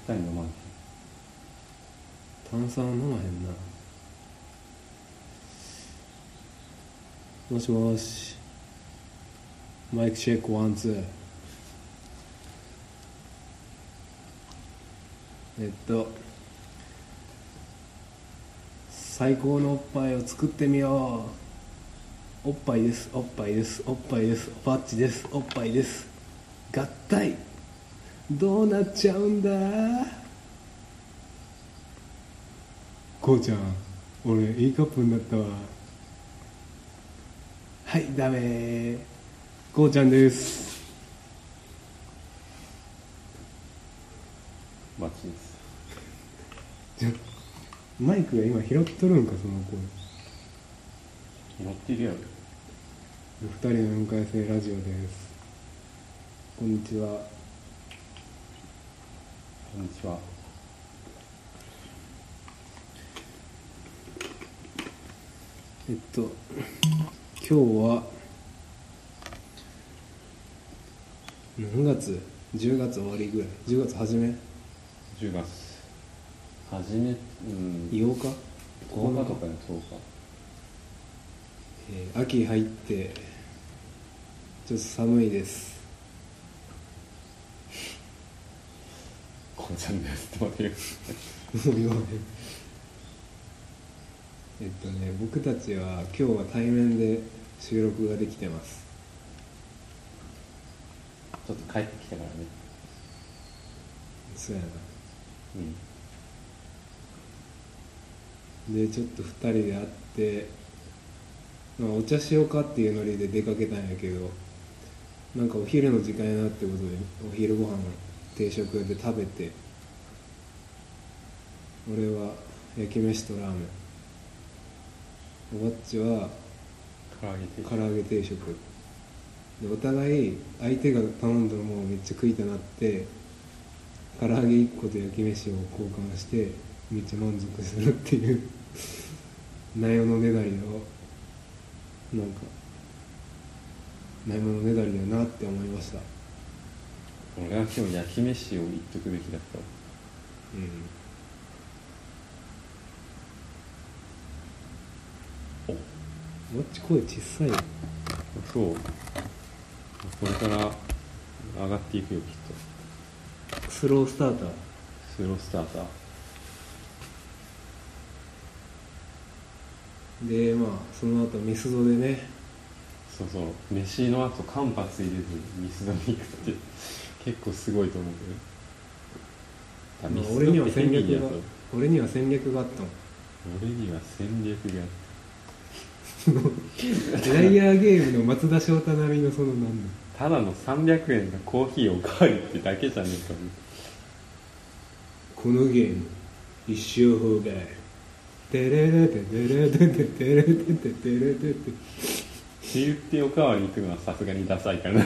対飲まん。 炭酸飲まへんな。もしもし、マイクチェックワンツー。最高のおっぱいを作ってみよう。おっぱいです、おっぱいです、おっぱいです、パッチです、おっぱいです。合体どうなっちゃうんだ。こうちゃん、俺いいカップになったわ。はい、ダメ。こうちゃんです。 バッチです。 マイクが今拾っとるんか、その声。 拾ってるやろ。 二人の4回生ラジオです。こんにちは。 こんにちは。 今日は何月 ?10 月終わりぐらい、10月初め、 10月初め、 8日、 10日とかね、10日。 秋入ってちょっと寒いです。 こうちゃんですって待てる。 もう言わへん。僕たちは今日は対面で収録ができてます。 ちょっと帰ってきたからね。 そうやな。 うん。 でちょっと2人で会って、お茶しようかっていうノリで出かけたんやけど、なんかお昼の時間やなってことでお昼ご飯を定食屋で食べて、俺は焼き飯とラーメン、おばっちは唐揚げ定食で、お互い相手が頼んだのもめっちゃ食いたなって、唐揚げ1個と焼き飯を交換してめっちゃ満足するっていうなよのねだりを、なんかなよのねだりだなって思いました。 俺は今日焼き飯を言っとくべきだったわ。 もっち声小さいよ。 そう、これから上がっていくよ、きっと。 スロースターター。 スロースターターでその後ミスドでね。 そうそう、飯の後間髪入れずミスドに行くって結構すごいと思うけど、 俺には戦略があったもん。 俺には戦略があったライアーゲームの松田翔太並みのそのなんだ、 ただの300円のコーヒーおかわりってだけじゃねえか。 このゲーム一生法外。テレレテテレテテテレテテテレテテって言っておかわり行くのはさすがにダサいからな。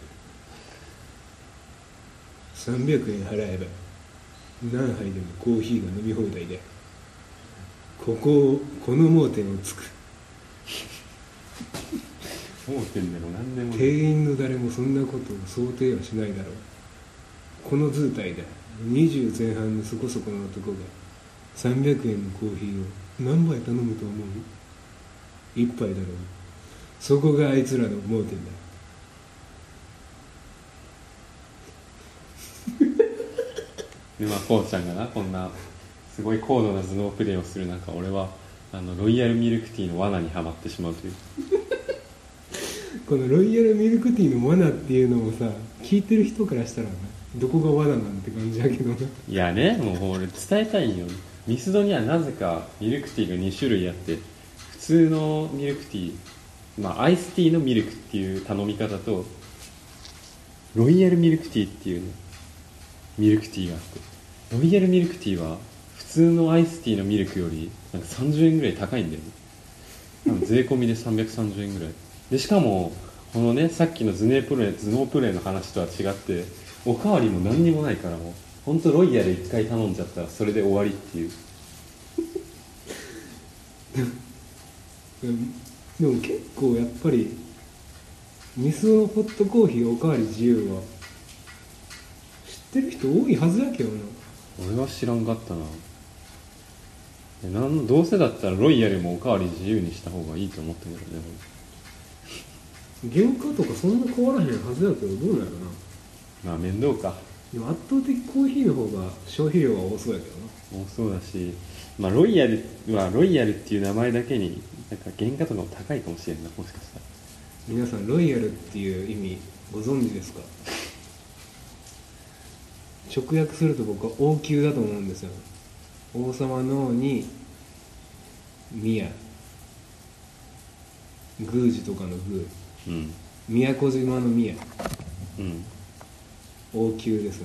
300円払えば何杯でもコーヒーが飲み放題で、この盲点をつく。 盲点でも何でも店員の誰もそんなことを想定はしないだろう。この図体で20前半のそこそこの男が300円のコーヒーを何杯頼むと思う？1杯だろう。そこがあいつらの盲点だ。 でこうちゃんがな、こんなすごい高度な頭脳プレーをする中、俺はロイヤルミルクティーの罠にはまってしまうという。 このロイヤルミルクティーの罠っていうのもさ、聞いてる人からしたらどこが罠なんて感じやけどな。 いやね、もう俺伝えたいんよ。ミスドにはなぜかミルクティーが2種類あって、普通のミルクティー、アイスティーのミルクっていう頼み方と、ロイヤルミルクティーっていうね、ミルクティーがあって、ロイヤルミルクティーは普通のアイスティーのミルクよりなんか30円ぐらい高いんだよね。多分税込みで330円ぐらいで、しかもこのね、さっきの頭脳プレイの話とは違って、おかわりも何にもないから、もうほんとロイヤル1回頼んじゃったらそれで終わりっていう。 でも結構やっぱりミスドのホットコーヒーおかわり自由は知ってる人多いはずやけどな。 俺は知らんかったな。どうせだったらロイヤルもおかわり自由にした方がいいと思ったけどね。 原価とかそんな変わらへんはずだけど、どうなんやろな。 まあ面倒か。 でも圧倒的コーヒーの方が消費量は多そうやけどな。 多そうだし、まあロイヤルはロイヤルっていう名前だけになんか原価とかも高いかもしれんな、もしかしたら。 皆さんロイヤルっていう意味ご存知ですか？直訳すると僕は王宮だと思うんですよ。王様のに宮、宮司とかの宮、 うん。 宮古島の宮、 うん。 王宮ですね。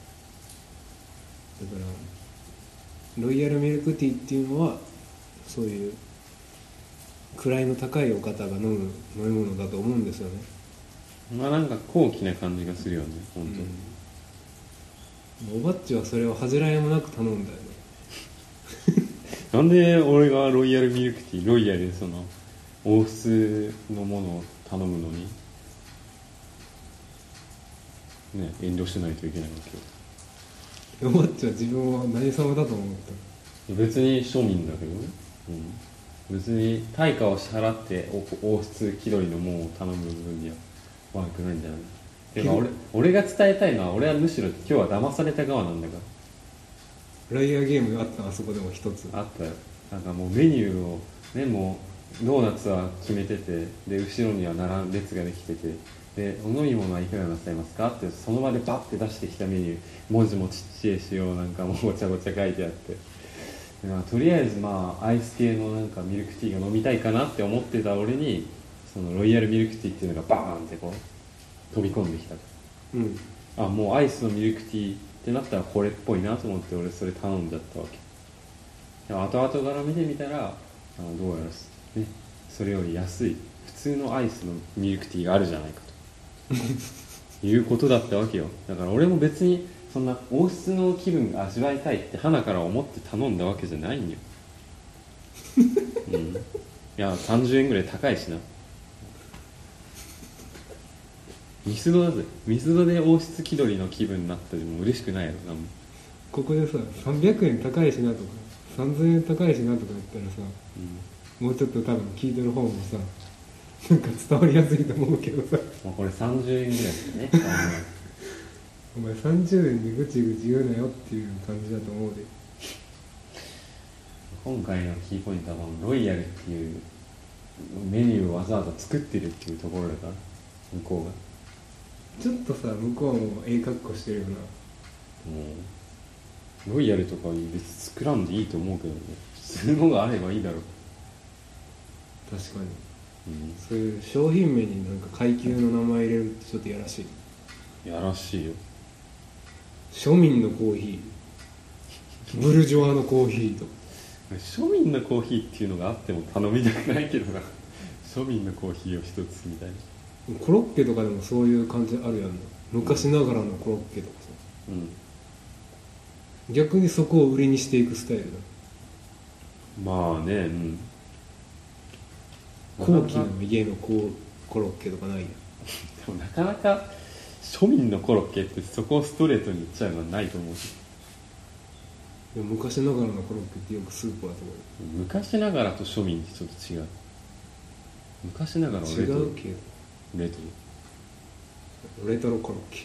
だからロイヤルミルクティーっていうのはそういう位の高いお方が飲む飲み物だと思うんですよね。 まあなんか高貴な感じがするよね、本当に。 おばっちはそれを恥じらいもなく頼んだよね。 なんで俺がロイヤルミルクティー、ロイヤルでその王室のものを頼むのにね、遠慮しないといけないわけよ。 おばっちは自分を何様だと思った？ 別に庶民だけどね、うん、別に対価を支払って王室気取りのものを頼む部分には悪くないんじゃない。てか俺が伝えたいのは、俺はむしろ今日は騙された側なんだから。 ライアーゲームあった？あそこでも一つあったよ。なんかもうメニューをね、もうドーナツは決めてて、で後ろには列ができてて、でお飲み物はいくらなさいますかってその場でバッて出してきたメニュー、文字もちっちゃいしよう、なんかもうごちゃごちゃ書いてあって、で、まあ、とりあえずまあアイス系のなんかミルクティーが飲みたいかなって思ってた俺に、そのロイヤルミルクティーっていうのがバーンってこう飛び込んできた。 うん。 あ、もうアイスのミルクティーってなったらこれっぽいなと思って俺それ頼んじゃったわけ。でも後々から見てみたら、どうやらね、それより安い普通のアイスのミルクティーがあるじゃないかということだったわけよ。だから俺も別にそんな王室の気分が味わいたいって鼻から思って頼んだわけじゃないんようん、いや30円ぐらい高いしな。ミスドだぜ。ミスドで王室気取りの気分になったでも嬉しくないやろな。 ここでさ300円高いしなとか3000円高いしなとか言ったらさ、もうちょっと多分聞いてる方もさなんか伝わりやすいと思うけどさもうこれ30円ぐらいですねお前30円でぐちぐち言うなよっていう感じだと思うで。 今回のキーポイントはこのロイヤルっていうメニューをわざわざ作ってるっていうところだから向こうがちょっとさ向こうもええ格好してるよな。 もうロイヤルとか別に作らんでいいと思うけどね。普通のがあればいいだろう。 確かに、 うん、 そういう商品名になんか階級の名前入れるってちょっとやらしい。 やらしいよ。 庶民のコーヒー、ブルジョワのコーヒーとか。 庶民のコーヒーっていうのがあっても頼みたくないけどな庶民のコーヒーを一つみたいな。 コロッケとかでもそういう感じあるやんな。昔ながらのコロッケとかさ、 うん、 逆にそこを売りにしていくスタイルだ。 まあね、うん、 高貴な家のコロッケとかないやん。 でもなかなか庶民のコロッケってそこをストレートに言っちゃうのはないと思うし。 でも昔ながらのコロッケってよくスーパーとか昔ながらと庶民ってちょっと違う。昔ながらは違うけどレトロ、 レトロコロッケ、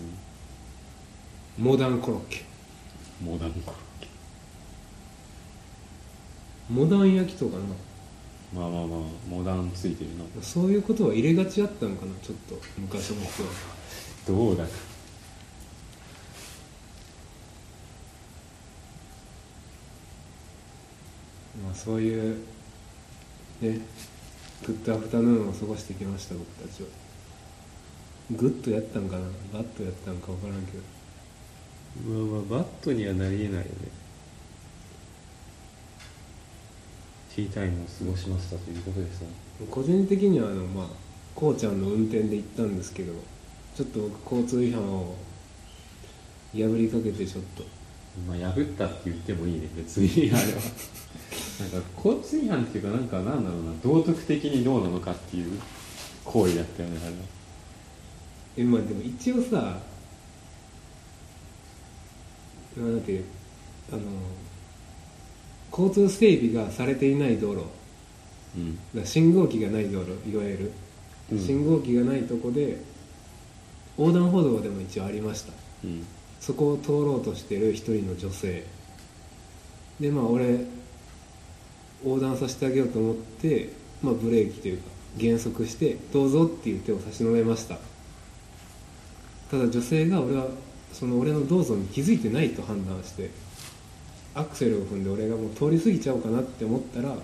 モダンコロッケ、 モダンコロッケ。 モダン焼きとかな。 まあまあまあモダンついてるな。 そういうことは入れがちだったのかな、ちょっと昔の人は。 どうだか。 まあそういうねグッドアフタヌーンを過ごしてきました僕たちは。グッドやったんかなバッドやったんか分からんけど、 まあまあバットにはなりえないよね。ティータイムを過ごしましたということですね。 個人的にはまあこうちゃんの運転で行ったんですけど、ちょっと僕交通違反を破りかけてちょっと、 まあ破ったって言ってもいいね別にあれはなんか交通違反っていうかなんだろうな、道徳的にどうなのかっていう行為だったよねあれは。 まあでも一応さなんていう交通整備がされていない道路、 うん、 だから信号機がない道路、いわゆる、 うん、 信号機がないとこで横断歩道でも一応ありました、 うん、 そこを通ろうとしてる一人の女性で、まあ俺横断させてあげようと思って、まあ、ブレーキというか減速してどうぞっていう手を差し伸べました。ただ女性が俺のどうぞに気づいてないと判断してアクセルを踏んで俺がもう通り過ぎちゃおうかなって思ったら、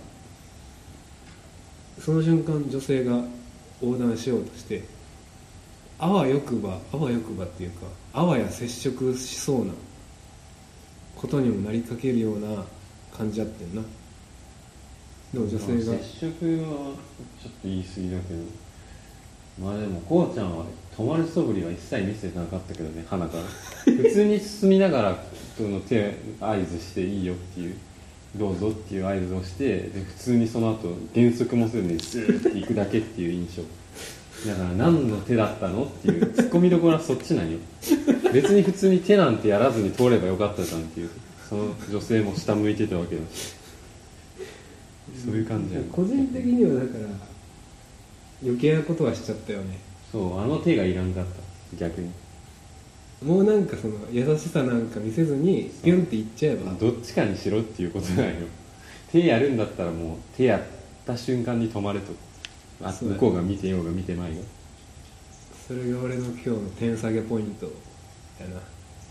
その瞬間女性が横断しようとしてあわよくばっていうかあわや接触しそうなことにもなりかけるような感じあってんな。でも女性が、 接触はちょっと言い過ぎだけど、まあでもこうちゃんは止まる素振りは一切見せてなかったけどね、鼻から普通に進みながらその手合図していいよっていう、どうぞっていう合図をして、で普通にその後減速もせずにスーッて行くだけっていう印象だから、何の手だったのっていうツッコミどころはそっちなんよ。別に普通に手なんてやらずに通ればよかったじゃんっていう、その女性も下向いてたわけだし、そういう感じやね。 個人的にはだから余計なことはしちゃったよね。 そう、あの手がいらんかった、逆に。 もうなんかその優しさなんか見せずにピュンっていっちゃえば、 どっちかにしろっていうことなんよ。手やるんだったらもう手やった瞬間に止まれと。向こうが見てようが見てまいよ。 それが俺の今日の点下げポイントやな。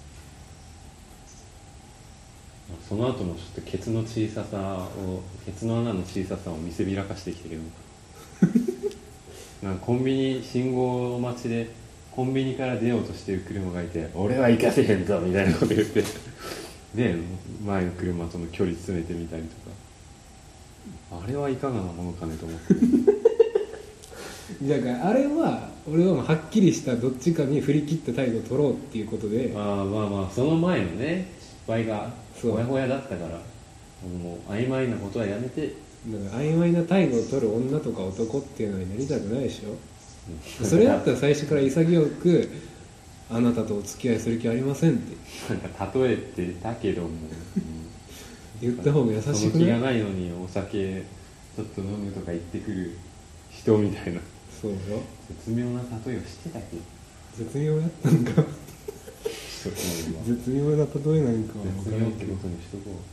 その後もちょっとケツの穴の小ささを見せびらかしてきたけどなんかコンビニ信号待ちでコンビニから出ようとしてる車がいて、俺は行かせへんぞみたいなこと言ってで前の車との距離詰めてみたりとか、あれはいかがなものかねと思ってだからあれは俺はもうはっきりしたどっちかに振り切った態度を取ろうっていうことで、 まあその前のね失敗がほやほやだったから、もう曖昧なことはやめて、 だから曖昧な態度を取る女とか男っていうのになりたくないでしょ、それだったら最初から潔くあなたとお付き合いする気ありませんってなんか例えてたけども、 言った方が優しくない？ その気がないのにお酒ちょっと飲むとか言ってくる人みたいな、 そうよ、 絶妙な例えをしてたけど、 絶妙やったんか絶妙な例えなんかは絶妙ってことにしとこ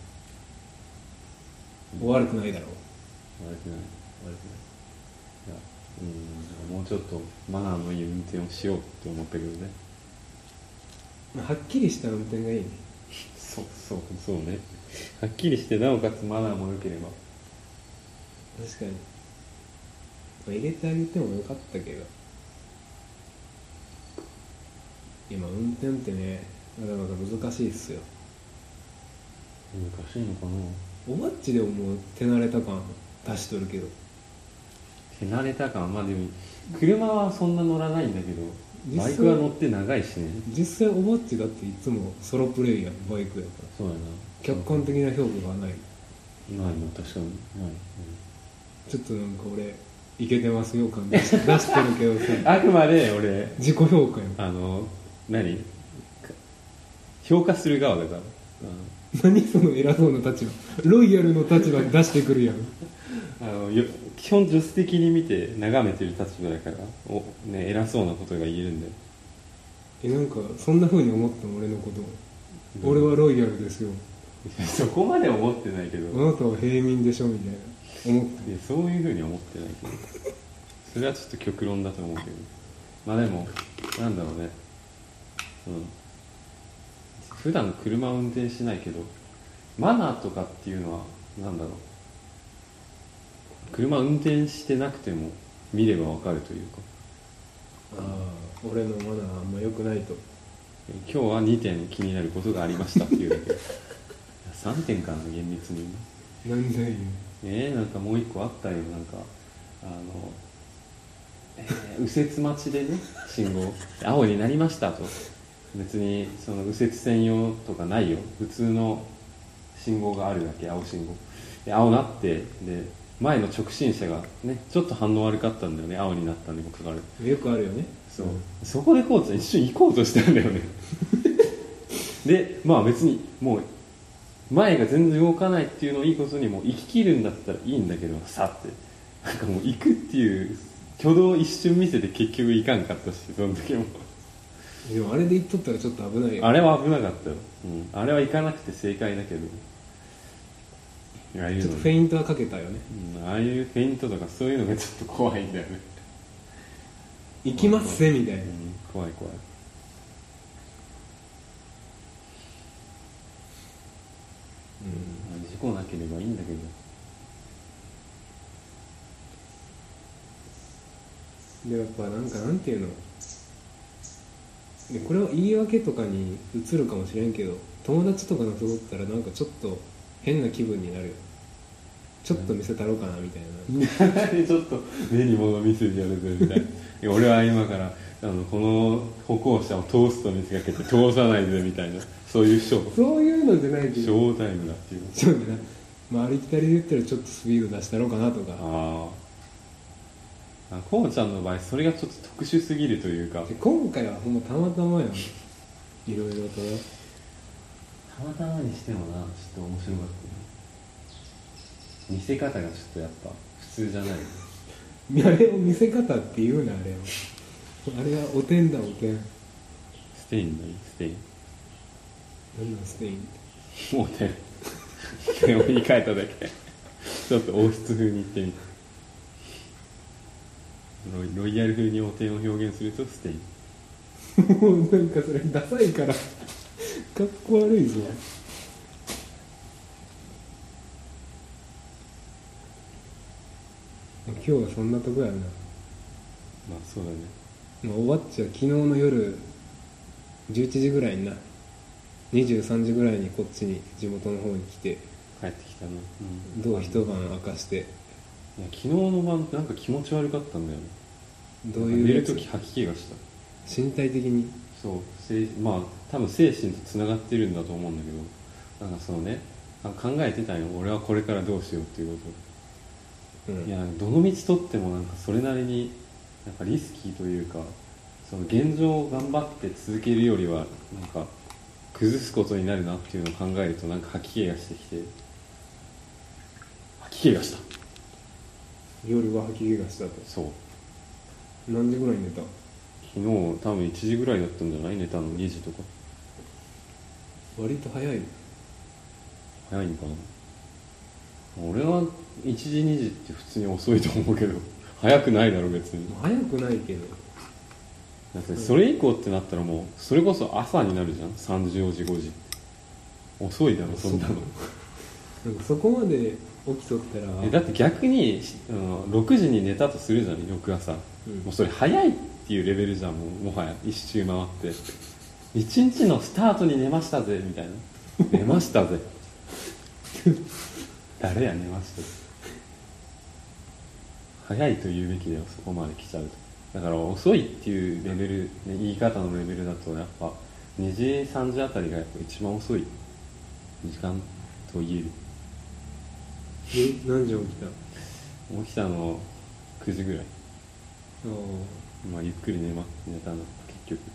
う。 悪くないだろう。 悪くない。いや、もうちょっとマナーのいい運転をしようって思ったけどね。 はっきりした運転がいいね。 そうね。はっきりしてなおかつマナーも良ければ。 確かに、入れてあげてもよかったけど、今運転ってねまだまだ難しいっすよ。 難しいのかな。 おばっちでももう手慣れた感出しとるけど、 手慣れた感、まあでも車はそんな乗らないんだけど、バイクは乗って長いしね。 実際おばっちだっていつもソロプレイヤーバイクやから、 そうやな、 客観的な評価がない。 ないな、確かにない、 ちょっとなんか俺イケてますよ感出してるけどさあくまで俺自己評価よ。 評価する側だから、 何その偉そうな立場、ロイヤルの立場で出してくるやん基本助手席に見て眺めてる立場だから偉そうなことが言えるんだよ。 なんかそんな風に思ったの俺のこと、俺はロイヤルですよ、 そこまで思ってないけど、 あなたは平民でしょみたいな思って、 そういう風には思ってないけどそれはちょっと極論だと思うけど、まあでもなんだろうね、普段車を運転しないけどマナーとかっていうのはなんだろう、車運転してなくても見ればわかるというか、 俺のマナーあんま良くないと。 今日は2点気になることがありましたっていうだけ3点かな厳密に。 なんだよ。 なんかもう1個あったよ、なんか右折待ちでね、信号青になりましたと、別にその右折専用とかないよ、普通の信号があるだけ、青信号で青なって、で前の直進車がねちょっと反応悪かったんだよね、青になったにもかかわらず。 よくあるよね。 そう、そこでこうちゃん一緒に行こうとしたんだよねでまあ別にもう前が全然動かないっていうのをいいことにもう生き切るんだったらいいんだけどさってなんかもう行くっていう挙動を一瞬見せて結局行かんかったし、その時もでもあれで行っとったらちょっと危ないよ。 あれは危なかったよ、あれは行かなくて正解だけど、ああいうのちょっとフェイントはかけたよね。 ああいうフェイントとかそういうのがちょっと怖いんだよね。 行きますぜみたいな、 怖い怖い。事故なければいいんだけど。 でやっぱなんかなんていうので、これは言い訳とかに移るかもしれんけど、友達とかのとこったらなんかちょっと変な気分になるよ。ちょっと見せたろうかなみたいなちょっと目に物見せてやるぜみたいな俺は今からこの歩行者を通すと見せかけて通さないでみたいな、そういうショー、 そういうのじゃないけど、 ショータイムだっていう。 そうだな、まあ、ありきたりで言ったらちょっとスピード出したろうかなとか。 こうちゃんの場合それがちょっと特殊すぎるというか、 で今回はほんまたまたまやん、いろいろとたまたまにしてもな、ちょっと面白かったね。見せ方がちょっとやっぱ普通じゃない。 あれを見せ方って言うな、あれをあれはおてんだ、おてん。 ステインだよ、ステイン。 何なんステインっておてん手を言い換えただけちょっと王室風に言ってみて、ロイヤル風におてんを表現するとステイン。 もうなんかそれダサいからかっこ悪いぞ。今日はそんなとこやな。 まあそうだね。 まあ、おばっちは昨日の夜11時ぐらいにな、23時ぐらいにこっちに地元の方に来て帰ってきたの、 どう一晩明かして。 いや昨日の晩なんか気持ち悪かったんだよね。 どういう寝るとき吐き気がした。 身体的に。 そうまあ多分精神とつながってるんだと思うんだけど、なんかそのね考えてたよ、俺はこれからどうしようっていうこと、いやどの道取ってもなんかそれなりになんかリスキーというか、その現状を頑張って続けるよりはなんか崩すことになるなっていうのを考えるとなんか吐き気がしてきて、吐き気がした。 夜は吐き気がしたと。 そう、 何時ぐらいに寝た？ 昨日多分1時ぐらいだったんじゃない？寝たの2時とか。 割と早い。 早いのかな。俺は1時2時って普通に遅いと思うけど早くないだろ別に。 早くないけど、 だってそれ以降ってなったらもうそれこそ朝になるじゃん。3時4時5時遅いだろそんなの。 なんかそこまで起きとったらだって逆に6時に寝たとするじゃん翌朝、もうそれ早いっていうレベルじゃん。もはや一周回って一日のスタートに寝ましたぜみたいな寝ましたぜ誰や寝ましたぜ。早いと言うべきだよ、そこまで来ちゃうと。だから遅いっていうレベル、ね、言い方のレベルだとやっぱ2時3時あたりがやっぱ一番遅い時間と言える。 何時起きた？ 起きたの9時ぐらい。 あまあゆっくり寝たの結局。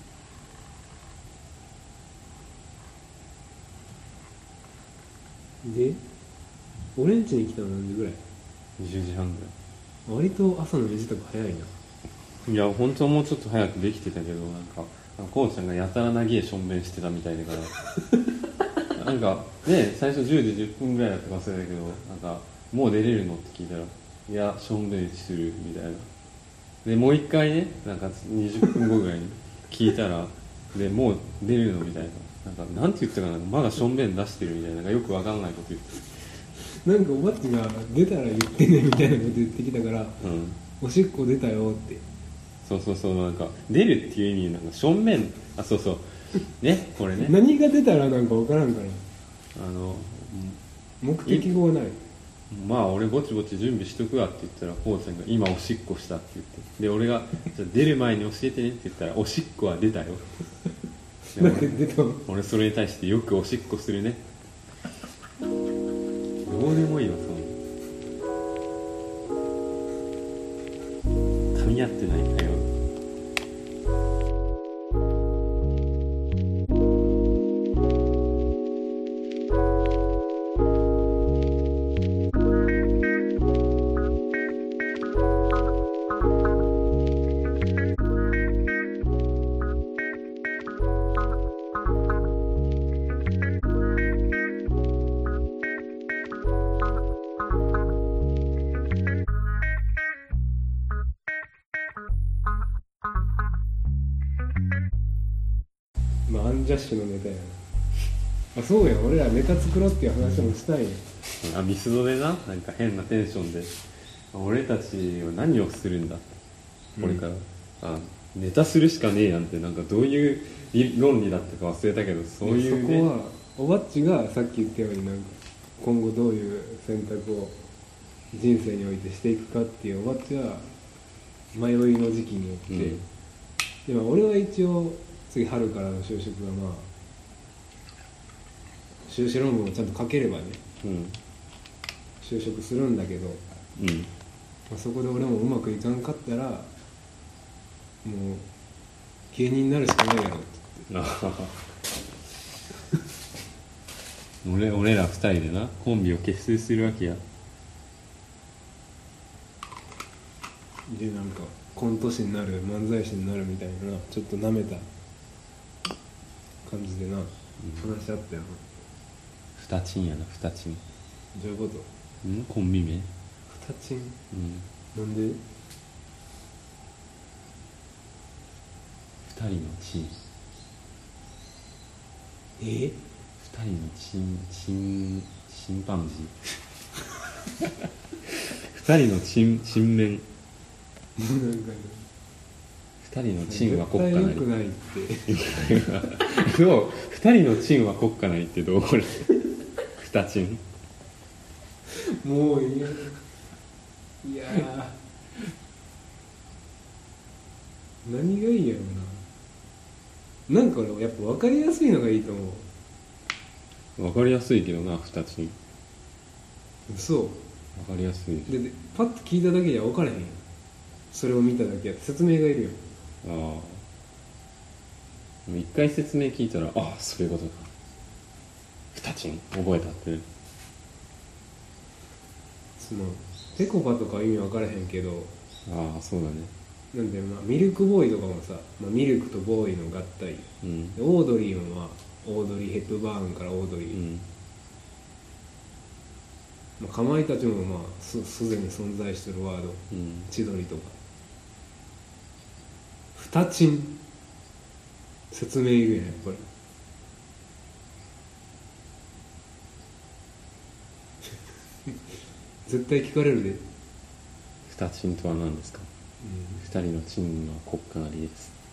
で俺ん家に来たの何時ぐらい 20時半ぐらい。 割と朝の2時とか早いな。 いや本当はもうちょっと早くできてたけど、なんかこうちゃんがやたら長いしょんべんしてたみたいだからなんかね最初10時10分ぐらいだったか忘れたけど、なんかもう出れるのって聞いたら、いやしょんべんするみたいな。でもう一回ねなんか20分後ぐらいに聞いたらでもう出れるのみたいな、なんて言ってたかな、まだしょんべん出してるみたいな、なんかよくわかんないこと言ってなんかおばっちが出たら言ってねみたいなこと言ってきたから、おしっこ出たよって。 そうなんか出るっていう意味なんかしょんべんそうねこれね何が出たらなんかわからんから目的語はない。 まあ俺ぼちぼち準備しとくわって言ったらこうちゃんが今おしっこしたって言って、で俺がじゃあ出る前に教えてねって言ったらおしっこは出たよなんで出たの？ 俺それに対してよくおしっこするね。どうでもいいわそんな噛み合ってない会話。 ンジャッシュのネタやな。あ、そうやん、俺らネタ作ろうっていう話もしたんや。 あ、ミスドでな、なんか変なテンションで俺たちは何をするんだ、これから、あ、ネタするしかねえやんって、なんかどういう論理だったか忘れたけど、そういうね。 そこはおばっちがさっき言ったように、なんか今後どういう選択を人生においてしていくかっていう、おばっちは迷いの時期によって、でも俺は一応次春からの就職はまあ修士論文をちゃんと書ければね、就職するんだけど、まあ、そこで俺もうまくいかんかったらもう芸人になるしかないやろって言って俺ら二人でなコンビを結成するわけや。 でなんかコント師になる、漫才師になるみたいな、ちょっとなめた感じでな、話し合ったよな。 二チンやな、二チン。 どういうこと？ コンビ名？ 二チン？なんで？ 二人のチン。二人のチンパンジー二人のチンメン。 なんか二人のチンは国家なり。 絶対良くないってそう、二人のチンは国家なりってどうこれ二チン。 もういや何がいいやろな。なんか俺やっぱ分かりやすいのがいいと思う。 分かりやすいけどな、二チン。 そう分かりやすいでパッと聞いただけじゃ分からへんよ。それを見ただけやって説明がいるよ。 ああ、一回説明聞いたら、ああそういうことか、二チン覚えたって。 そのペコパとかは意味分からへんけど、 ああそうだね。 なんでまあミルクボーイとかもさ、まあ、ミルクとボーイの合体、でオードリーもまあオードリー・ヘップバーンからオードリー、まあ、かまいたちもまあすでに存在してるワード、千鳥とか二チン説明いるやんやっぱり絶対聞かれるで。 二チンとは何ですか？二人のチンは国家なり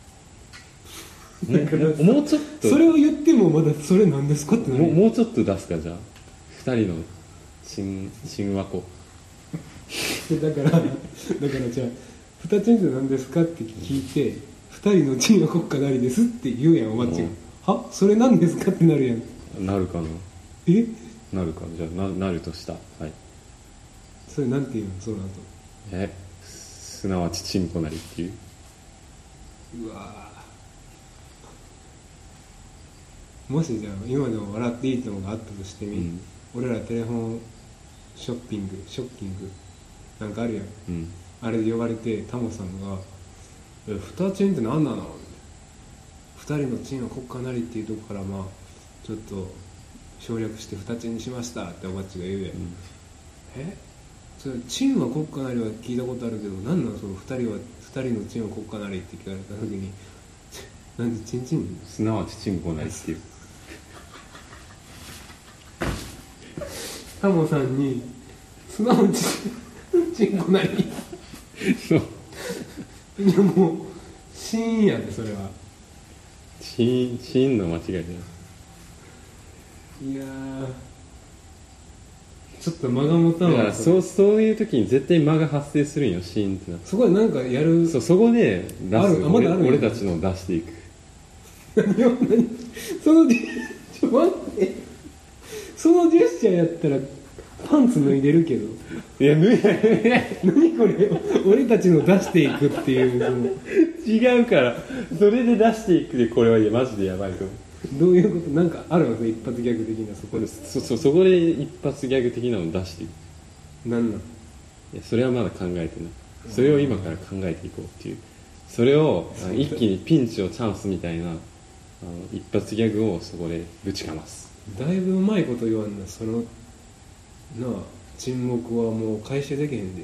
です。もうちょっとそれを言ってもまだそれ何ですかってなる。 もうちょっと出すか、じゃあ二人のチンはこだからじゃあ二チンって何ですかって聞いて、二人のチンは国家なりですって言うやんおばっちが、はそれ何ですかってなるやん。 なるかな。なるか。じゃあなるとした。はい。 それなんて言うのその後。 すなわちチンコなりっていう。 うわもしじゃあ今でも笑っていいともがあったとしてみ、俺らテレフォンショッキングなんかあるやん、あれで呼ばれてタモさんが「二チンって何なの?」二人のチンは国家なりっていうとこからまあちょっと省略して二チンにしましたっておばっちが言うやん、それチンは国家なりは聞いたことあるけど、何なのその二人のチンは国家なりって聞かれた時になんでチンチンすなわちチンコなりっていう。 タモさんにすなわちチンコなりそういやもうシーンやでそれは。 チンの間違いじゃない。 いやちょっと間が持たんわ。 だからそういう時に絶対間が発生するんよ、シーンってな。 そこでなんかやる。 そこで出す。 まだある俺たちの出していく。 そのちょ待ってそのジェスチャーやったらパンツ脱いでるけど。 いや脱いで何これ俺たちの出していくっていうその違うから、それで出していくで、これはマジでやばいと思う。 どういうことなんかあるの一発ギャグ的な。そこでそこで一発ギャグ的なのを出していく。 なんなん。 いやそれはまだ考えてない。それを今から考えていこうっていう。それを一気にピンチをチャンスみたいな一発ギャグをそこでぶちかます。 だいぶうまいこと言わんな。そのなあ沈黙はもう回収できへんで。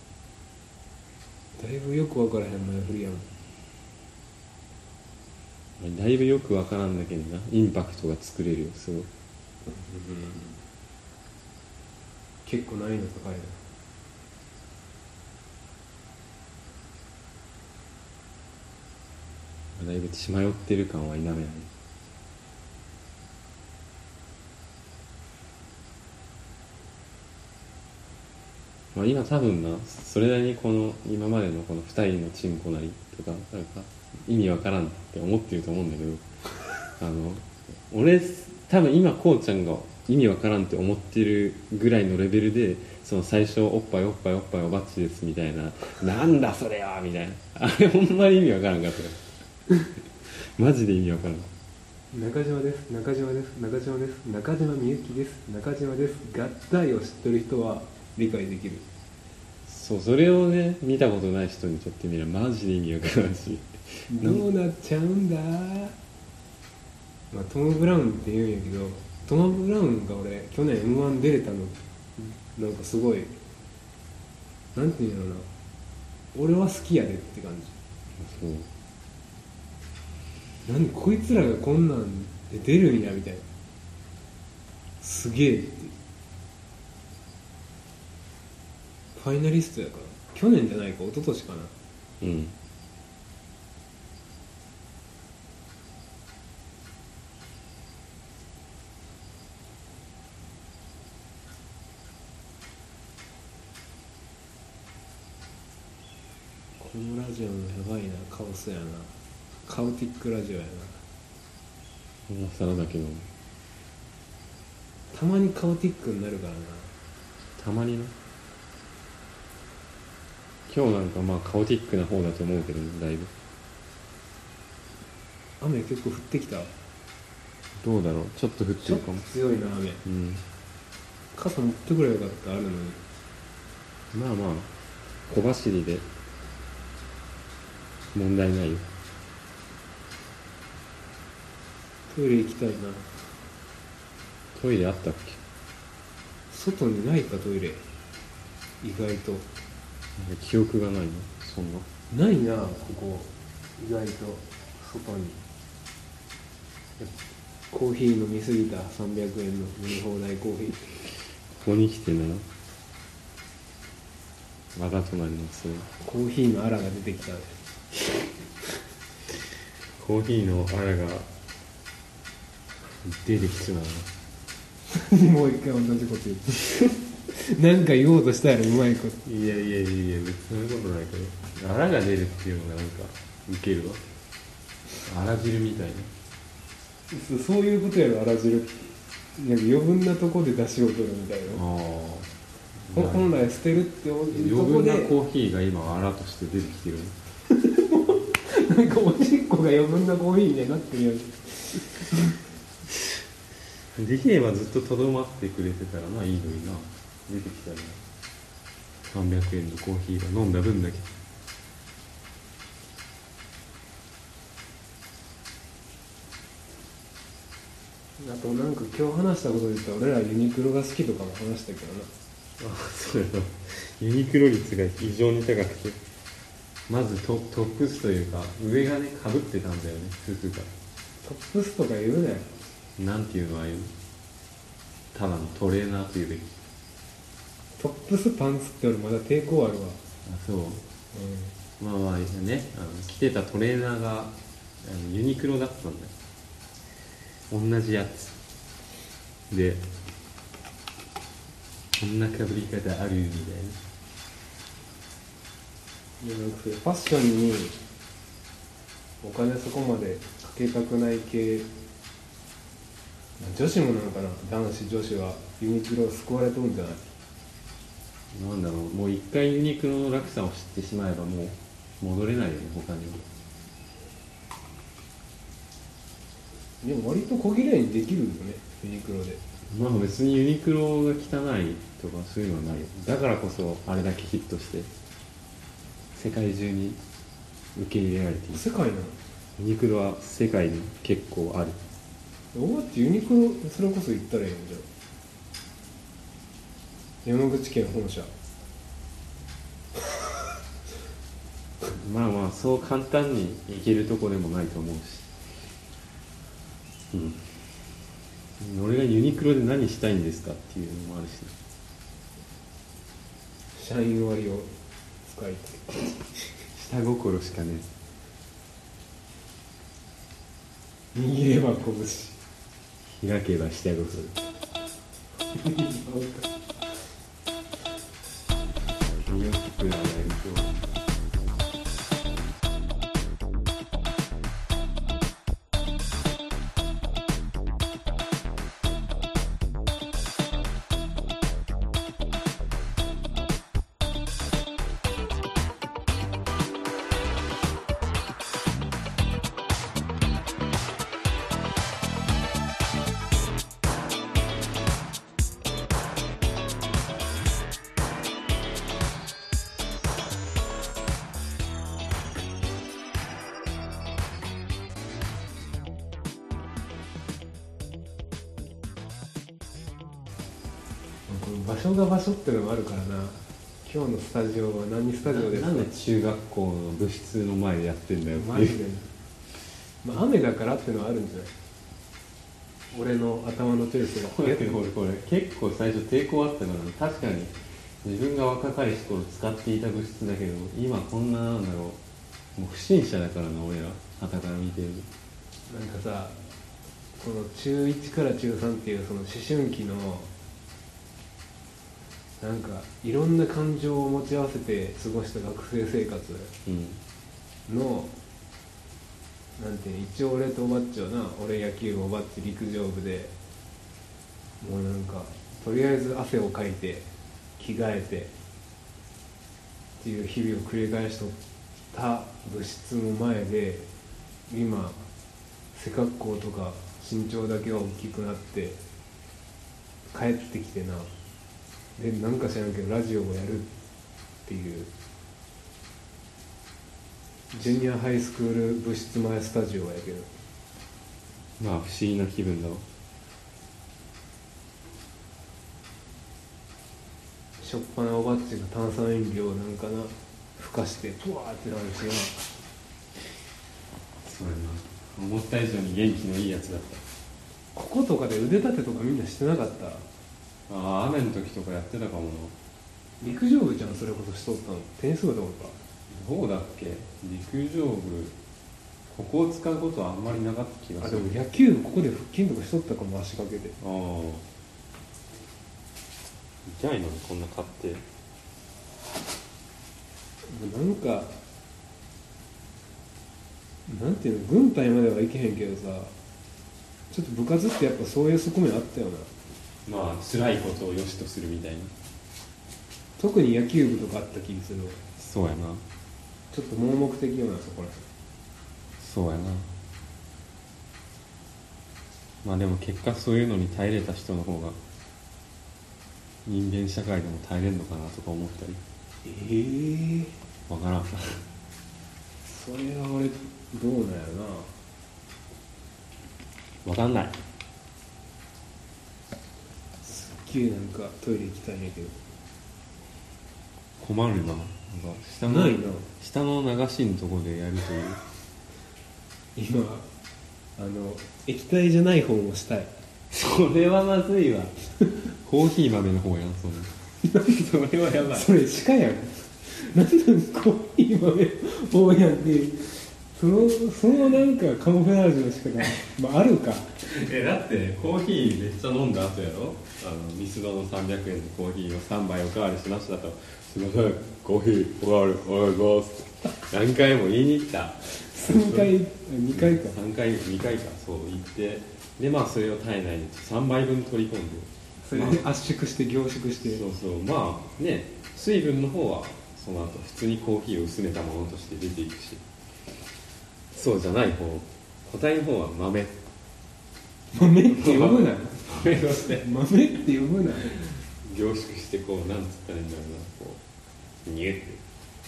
だいぶよく分からへん前振りやん。 だいぶよくわからんだけどな、インパクトが作れるよすごい。 結構難易度高いな。 だいぶ血迷ってる感は否めない。まあ、今多分な、それなりにこの今までのこの2人のチンコなりとかなんか意味わからんって思ってると思うんだけど俺多分今こうちゃんが意味わからんって思ってるぐらいのレベルで、その最初おっぱいおっぱいおっぱいおばっちですみたいな、なんだそれはみたいな、あれほんまに意味わからんかったよマジで意味わからん。 中島です、中島です、中島です、中島みゆきです、中島です、合体を知ってる人は理解できる。 そう、それをね見たことない人にとってみればマジで意味わからんしどうなっちゃうんだ。まあトム・ブラウンって言うんやけど、トム・ブラウンが俺去年 M1 出れたのなんかすごい、なんていうんやろな、俺は好きやでって感じ。 そう、 何こいつらがこんなんで出るんやみたいな、すげえって。ファイナリストやから去年じゃないか一昨年かな。 うん、 このラジオもやばいな、カオスやな、カオティックラジオやな。 今更だけどたまにカオティックになるからな。 たまにな。今日なんかまあカオティックな方だと思うけどね、だいぶ。 雨結構降ってきた。 どうだろう、ちょっと降ってちょっとるかも。 強いな雨。 うん、 傘持ってくればよかった、あるのに。 まあまあ小走りで問題ないよ。 トイレ行きたいな。 トイレあったっけ。 外にないかトイレ、意外となんか記憶がないな、そんな。 ないな、ここ意外と外に。コーヒー飲みすぎた300円の飲み放題コーヒー。 ここに来てな、わざとなりのそれコーヒーのアラが出てきた。 コーヒーのあらが出てきちまうもう一回同じこと言ってなんか言おうとしたやろ、うまいこと。 な。いやいやいや、別にそういうことないけど、あらが出るっていうのがなんかウケるわ。あら汁みたいな。 そういうことやろ、あら汁って。なんか余分なとこで出汁を取るみたいな。本来捨てるって思ってると余こで分なコーヒーが今あらとして出てきてる。 なんかおしっこが余分なコーヒーみたいになってるやん。 できればずっととどまってくれてたらないいのにな。出てきたら300円のコーヒーが飲んだ分だけ。 あとなんか今日話したことで言ったら、俺らユニクロが好きとかも話したけどな。 あ、そうやな。ユニクロ率が異常に高くて、まずトップスというか上がねかぶってたんだよね、服が。 トップスとか言うなよ。 なんていうの、ああいうのただのトレーナーというべき。 トップスパンツって俺まだ抵抗あるわ。 あ、そう。まあまあね、着てたトレーナーがユニクロだったんだよ、同じやつで。こんなかぶり方あるみたいいや、なんかそれファッションにお金そこまでかけたくない系、女子もなのかな、男子女子はユニクロ救われとるんじゃない。 な。なんだろう、もう一回ユニクロの落差を知ってしまえばもう戻れないよね、他には。 でも割と小綺麗にできるよね、ユニクロで。 まあ別にユニクロが汚いとかそういうのはないよ。だからこそあれだけヒットして世界中に受け入れられている。 世界なの。 ユニクロは世界に結構ある。 俺だってユニクロそれこそ行ったらいいんじゃん、山口県本社。 まあまあそう簡単に行けるとこでもないと思うし。 うん、俺がユニクロで何したいんですかっていうのもあるし、ね、 社員割を使いたい下心しかねえ、握れば拳、 開けば下心ニュースプラーがいると場所が場所ってのもあるからな。今日のスタジオは何スタジオですか。 なんで中学校の部室の前でやってんだよっていう。 マジで、まあ、雨だからってのはあるんじゃない。俺の頭のチョイスがこれ結構最初抵抗あったから確かに自分が若かりし頃使っていた部室だけど今こんななんだろう、もう不審者だからな俺ら傍から見てる。 なんかさ、この中1から中3っていうその思春期のなんかいろんな感情を持ち合わせて過ごした学生生活の、なんていう、一応俺とおばっちはな、俺野球部、おばっち陸上部で、もうなんかとりあえず汗をかいて着替えてっていう日々を繰り返しとった部室の前で、今背格好とか身長だけは大きくなって帰ってきてな、でなんか知らんけどラジオをやるっていうジュニアハイスクール部室前スタジオやけど、 まあ不思議な気分だわ。 しょっぱなおばっちが炭酸飲料なんかなふかしてプワーってなるしな。 そうやな、思った以上に元気のいいやつだった。 こことかで腕立てとかみんなしてなかった。 ああ、雨の時とかやってたかもな。 陸上部ちゃんそれこそしとったの。テニス部とか。 どうだっけ、陸上部ここを使うことはあんまりなかった気がする。 あ、でも野球部ここで腹筋とかしとったかも、足掛けて。 ああ、痛いのにこんな買って。 なんかなんていうの、軍隊まではいけへんけどさ、ちょっと部活ってやっぱそういう側面あったよな。 まあ辛いことを良しとするみたいな。 特に野球部とかあった気がする。 そうやな、 ちょっと盲目的よな、そこら。 そうやな。まあでも結果そういうのに耐えれた人の方が人間社会でも耐えれるのかなとか思ったり。わからんそれは俺どうなんやろな。 わかんない。 すっげえなんかトイレ行きたいんやけど困るな。なんか下のないな。 下の流しのところでやるという。 今液体じゃない方もしたい。 それはまずいわコーヒー豆の方やん、それそれはやばい。 それ鹿やん。なんでコーヒー豆方やんって、そのなんかカモフラージュの仕方、まあ、あるか。 だってコーヒーめっちゃ飲んだ後やろ。ミスドの300円のコーヒーを3杯おかわりしましたと、すいませんコーヒーおかわりお願いします何回も言いに行った。 3回2回か 3回2回か、そう言って、でまあそれを体内に3杯分取り込んで、 それで圧縮して凝縮して、 そうそう、まあね、水分の方はその後普通にコーヒーを薄めたものとして出ていくし、そうじゃない方、固体の方は豆って呼ぶな豆として豆って呼ぶな。 凝縮してこう、なんつったらいいんだろうな、こうニュって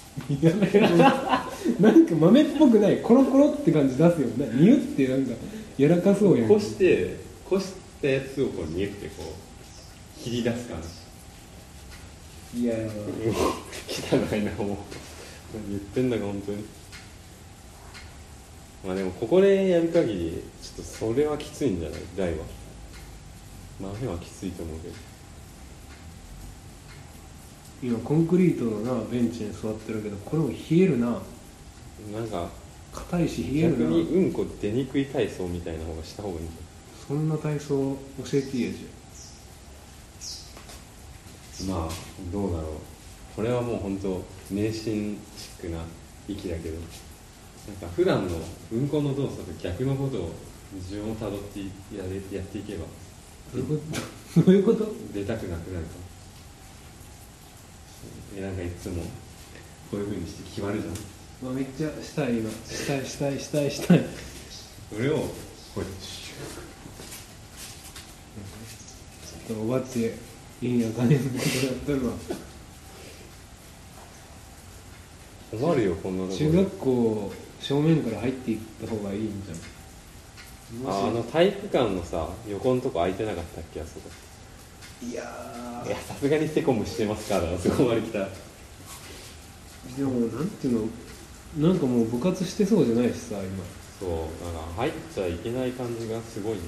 なんか豆っぽくない、コロコロって感じ出すよね。ニュってなんか柔らかそうやん。 こしたやつをこうニュってこう切り出す感じ。 いや汚いな、もう何言ってんだか本当に。 まあでもここでやる限りちょっとそれはきついんじゃない大は。豆はきついと思うけど。 今コンクリートのなベンチに座ってるけど、これも冷えるな。 なんか硬いし冷えるな。 逆にうんこ出にくい体操みたいな方がした方がいいんじそんな体操教えていいやじゃん。まあどうだろう、これはもう本当迷信チックな域だけど、なんか普段のうんこの動作と逆のことを順をたどってやっていけば。 どういうことどういうこと。 出たくなくなるかも。なんかいつもこういう風にして決まるじゃん。 まあ、めっちゃしたい今。したい。 それをこうちょっとおばっちいいや金のことやってるわ。 困るよこんなところ。 中学校正面から入っていった方がいいんじゃん。 体育館のさ横のとこ空いてなかったっけ、あそこ。 いやさすがにセコムしてますから、そこまで来たら。 でもなんていうの、なんかもう部活してそうじゃないしさ今。 そうなんか入っちゃいけない感じがすごいんだ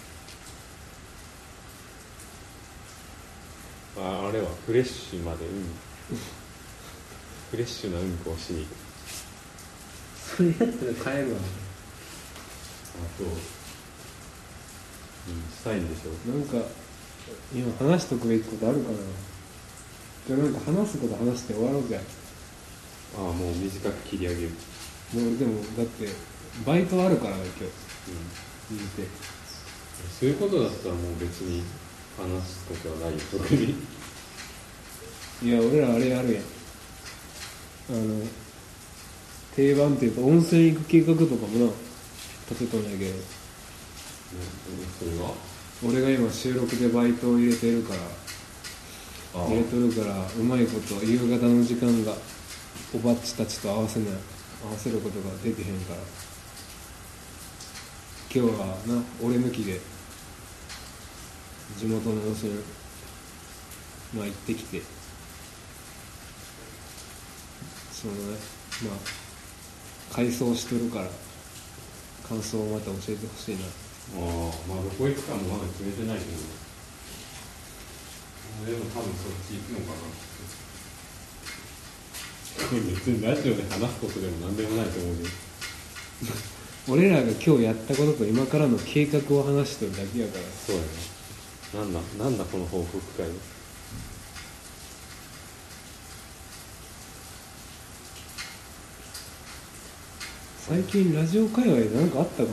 よ。あれはフレッシュまでフレッシュなうんこをしに行く。 それやったら帰るわ。 そう、したいんでしょ。 なんか今話しとくべきことあるかな。じゃあなんか話すこと話して終わろうぜ。 もう短く切り上げる。 もうでもだってバイトあるから今日言うて。 そういうことだったらもう別に話すことはないよ特に。 いや俺らあれやるやん、定番っていうか温泉行く計画とかもな立てとんやけど、 それは俺が今収録でバイトを入れてるからうまいこと夕方の時間がおばっちたちと合わせることができへんから、今日はな俺抜きで地元の温泉行ってきて、そのね改装しとるから感想をまた教えてほしいな。 どこ行くかもまだ決めてないけど、でも多分そっち行くのかな。別にラジオで話すことでも何でもないと思うけど。 俺らが今日やったことと今からの計画を話してるだけやから。 そうやね。なんだこの報告会は。 最近ラジオ界隈で何かあったかな。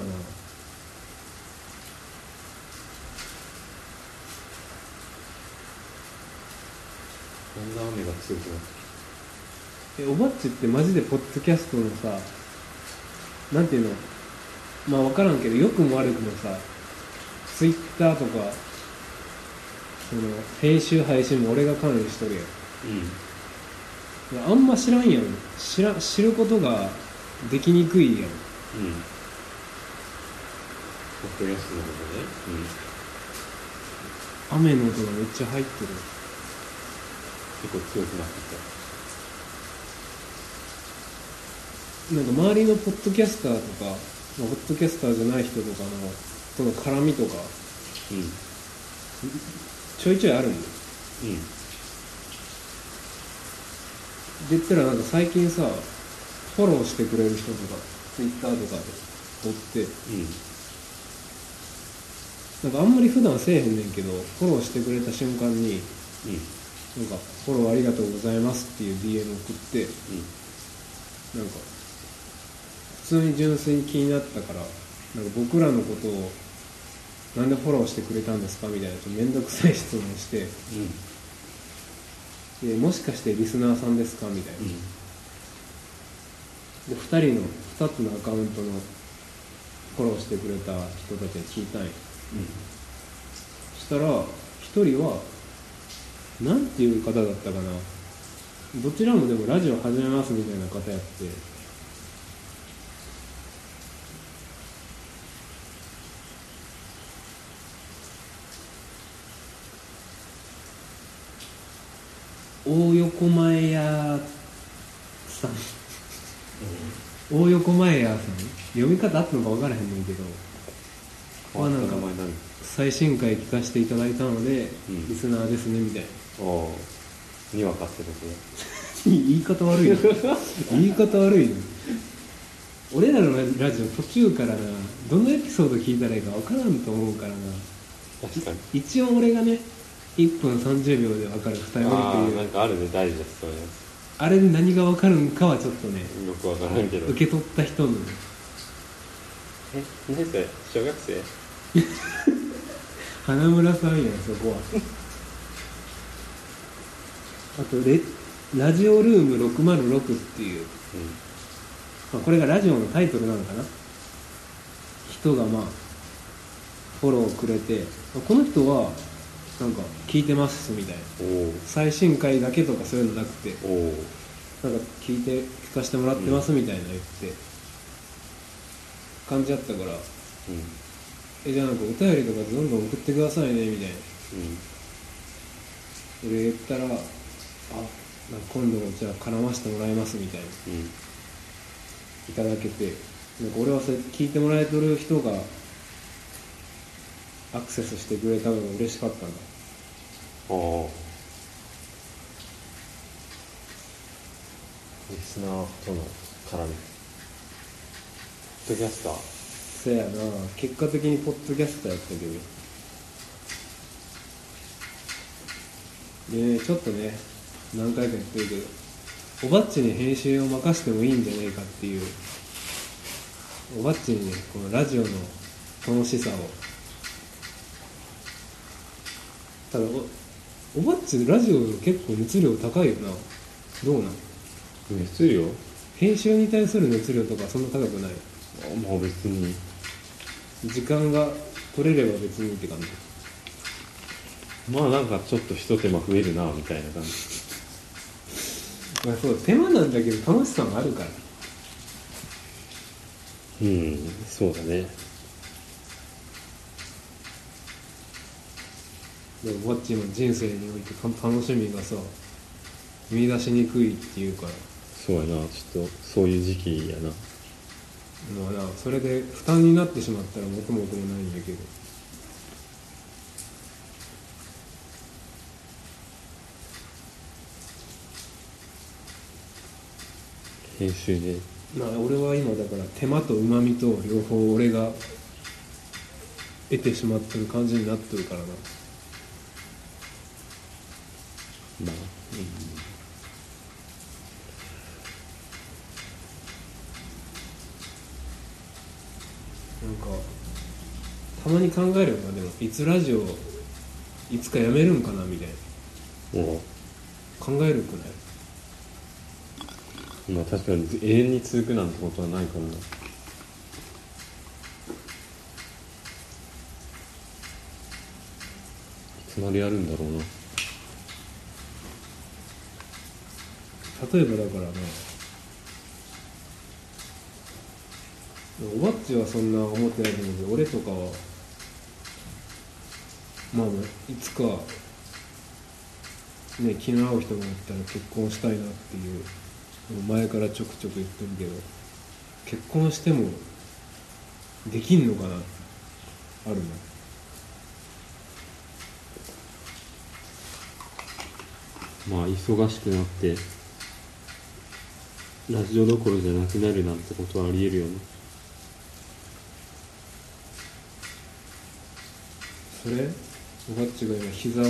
だんだん雨が強くなってきおばっちってマジでポッドキャストのさ、なんていうの、分からんけど良くも悪くもさ、ツイッターとかその編集配信も俺が管理しとるやん。あんま知らんやん。知ることができにくいやん。 ポッドキャストのことね。 雨の音がめっちゃ入ってる。 結構強くなってきなんか周りのポッドキャスターとか、ポッドキャスターじゃない人とかのとの絡みとか、ちょいちょいあるんだよ。で言ったらなんか最近さ、フォローしてくれる人とかツイッターとかでおって、なんかあんまり普段せえへんねんけど、フォローしてくれた瞬間に、なんかフォローありがとうございますっていう DM 送って、なんか普通に純粋に気になったから、なんか僕らのことをなんでフォローしてくれたんですかみたいなちょっとめんどくさい質問して、でもしかしてリスナーさんですかみたいな、で2つのアカウントのフォローしてくれた人たちに聞いたんや、そしたら1人はなんていう方だったかな、どちらもでもラジオ始めますみたいな方やって、大横前屋さん大横前屋さん読み方あったのか分からへんねんけど、 変わった名前なんだ。 最新回聞かせていただいたので、リスナーですねみたいな。 にわかってこと言い方悪いな言い方悪いな。俺らのラジオ途中からな、どのエピソード聞いたらいいか分からんと思うからな。 確かに。 一応俺がね、1分30秒で分かる2人っていう、 なんかあるね、ダイジェストのやあれで何が分かるんかはちょっとね、 つ。よくわからんけど。 受け取った人のね、 何生？小学生？ 花村さんやん、そこは。あとラジオルーム606っていう、まあ、これがラジオのタイトルなのかな。人がまあフォローくれて、この人はなんか聞いてますみたいな、最新回だけとかそういうのなくて、なんか聞かせてもらってますみたいな言って感じだったから、じゃあなんかお便りとかどんどん送ってくださいねみたいな、俺言ったら、なんか今度じゃあ絡ませてもらいますみたいな、いただけて、なんか俺はそれ聞いてもらえてる人がアクセスしてくれたのが嬉しかったんだ。 リスナーとの絡み。ポッドキャスター。 そやな、結果的にポッドキャスターやったけど、ちょっとね、何回か言ってるけど、おばっちに編集を任せてもいいんじゃないかっていう、おばっちにね、このラジオの楽しさを、ただおばっちラジオ結構熱量高いよな。どうなん？ 熱量？ 編集に対する熱量とかそんな高くない？ まあ別に時間が取れれば別にって感じ。 まあなんかちょっと一手間増えるなみたいな感じ。 まあそう、手間なんだけど楽しさもあるから。 そうだね。 でもワッチの人生において楽しみがさ、見出しにくいっていうから。 そうやな、ちょっとそういう時期やな。 まあな、それで負担になってしまったら元も子もないんだけど、 編集で。 まあ俺は今だから手間と旨味と両方俺が得てしまってる感じになってるからな。 まあ、 なんかたまに考えるよな。でもいつラジオいつかやめるんかなみたいな考えるくない？ まあ確かに永遠に続くなんてことはないからな。いつまでやるんだろうな。 例えばだからね、おばっちはそんな思ってないと思うけど、俺とかはまあいつかね、気の合う人がいたら結婚したいなっていう前からちょくちょく言ってるけど、結婚してもできんのかなってあるまあ忙しくなってラジオどころじゃなくなるなんてことはあり得るよね。 それおばっちが今膝を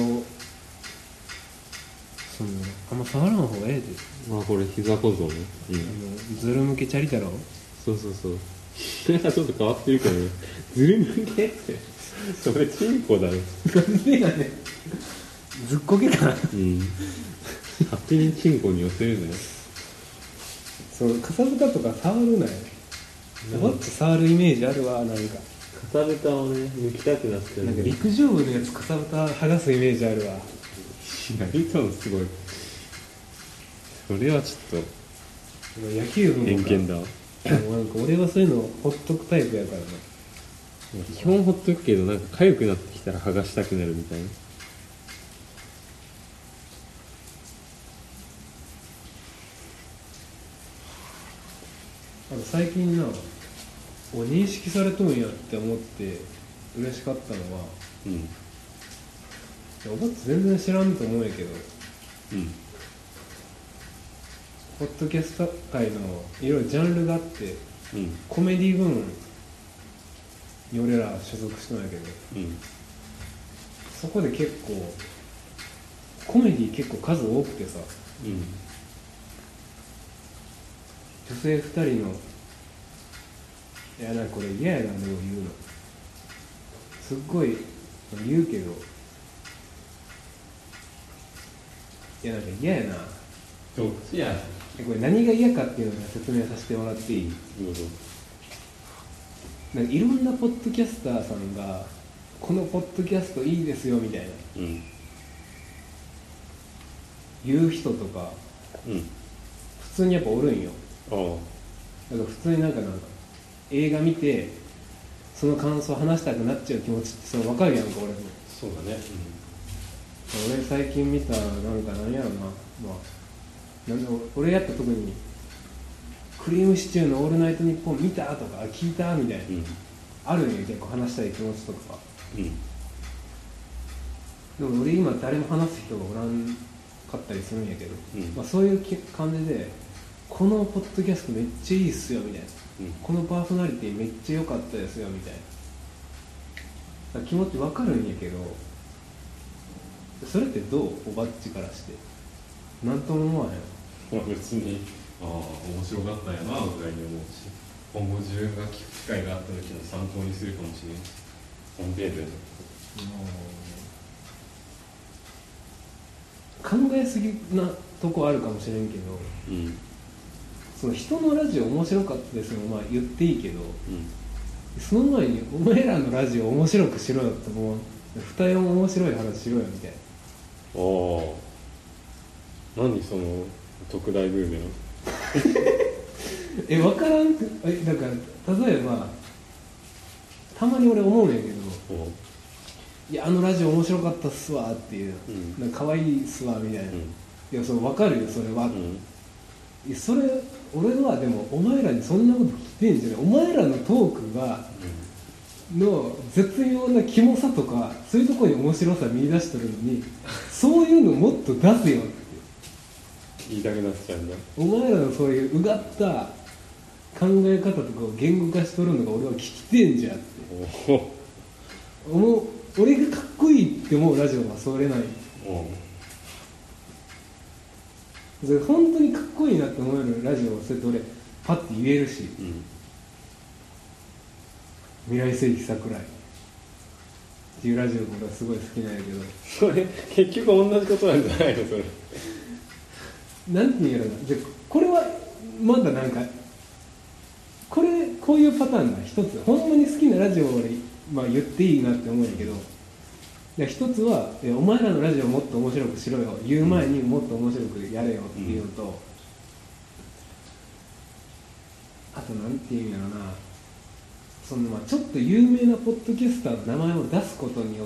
あんま触らん方がええで、 まあこれ膝小僧ね。 ずるむけチャリだろ。 そうそうそう。なんかちょっと変わってるけどね。ずるむけってそれチンコだろ。 なんでやねん、ずっこけかな。 勝手にチンコに寄せるのよ。 そうかさぶたとか触るなよ。おばっち触るイメージあるわ。なんかかさぶたをね抜きたくなってる。 なんか陸上部のやつかさぶた剥がすイメージあるわ。 何そのすごい。それはちょっ野球部と偏見だわ。 なんか俺はそういうのほっとくタイプやからな。 基本ほっとくけどなんか痒くなってきたら剥がしたくなるみたいな。 最近な、 認識されとんやって思って嬉しかったのは、 うん、 おばっち全然知らんと思うんやけど、 うん、 ポッドキャスト界のいろいろジャンルがあって、 うん、 コメディ部門に俺ら所属したんやけど、 うん、 そこで結構コメディ結構数多くてさ、 うん、 女性2人の、いやなんかこれ嫌やなでも言うのすっごい言うけど、いやなんか嫌やな。 どっちや。 これ何が嫌かっていうのを説明させてもらっていい？ どうぞ。 なんかいろんなポッドキャスターさんがこのポッドキャストいいですよみたいな、 うん、 言う人とか、 うん、 普通にやっぱおるんよ。 ああ、 だから普通になんか映画見てその感想話したくなっちゃう気持ちってそれ分かるやんか俺も。 そうだね。 俺最近見たなんか何やろな、まあなんで俺やったら特にクリームシチューのオールナイトニッポン見たとか聞いたみたいな、 うん、 あるんよ結構話したい気持ちとか。 うん、 でも俺今誰も話す人がおらんかったりするんやけど、 うん、 まあ、そういう感じでこのポッドキャストめっちゃいいっすよみたいな、 うん、 このパーソナリティめっちゃ良かったですよみたいな気持ち分かるんやけど、それってどう？おばっちからしてなんとも思わへん。 まあ別に、ああ面白かったんやなぐらいに思うし、今後自分が聞く機会があった時の参考にするかもしれないし、その程度で考えすぎなとこあるかもしれんけど、 うん、 その人のラジオ面白かったですよまあ言っていいけど、 うん、 その前にお前らのラジオ面白くしろよってもう二重も面白い話しろよみたいな。 ああ、何その特大ブーメラン分からんってだから例えばたまに俺思うんやけど、いやあのラジオ面白かったっすわっていう、 うん、 なんか可愛いっすわみたいな、 うん、 いやそれ分かるよそれは、 うん、 いやそれ俺はでもお前らにそんなこと聞いてんじゃない、お前らのトークがの絶妙なキモさとかそういうところに面白さ見出してるのにそういうのもっと出せよって言いたくなっちゃうんだ。 お前らのそういううがった考え方とかを言語化しとるのが俺は聞きてんじゃんってお俺がかっこいいって思うラジオはそれない。それ本当にかっこいいなって思えるラジオをそれって俺パッて言えるし、 うん、 未来世紀桜井っていうラジオが俺はすごい好きなんやけど、 それ結局同じことなんじゃないのそれ。 なんていうんやろな、でこれはまだなんかこういうパターンが一つほんまに好きなラジオを俺、まあ、言っていいなって思うんやけど、一つはお前らのラジオもっと面白くしろよ言う前にもっと面白くやれよっていうのと、うん、あとなんていうんやろな、そのまあちょっと有名なポッドキャスターの名前を出すことによって、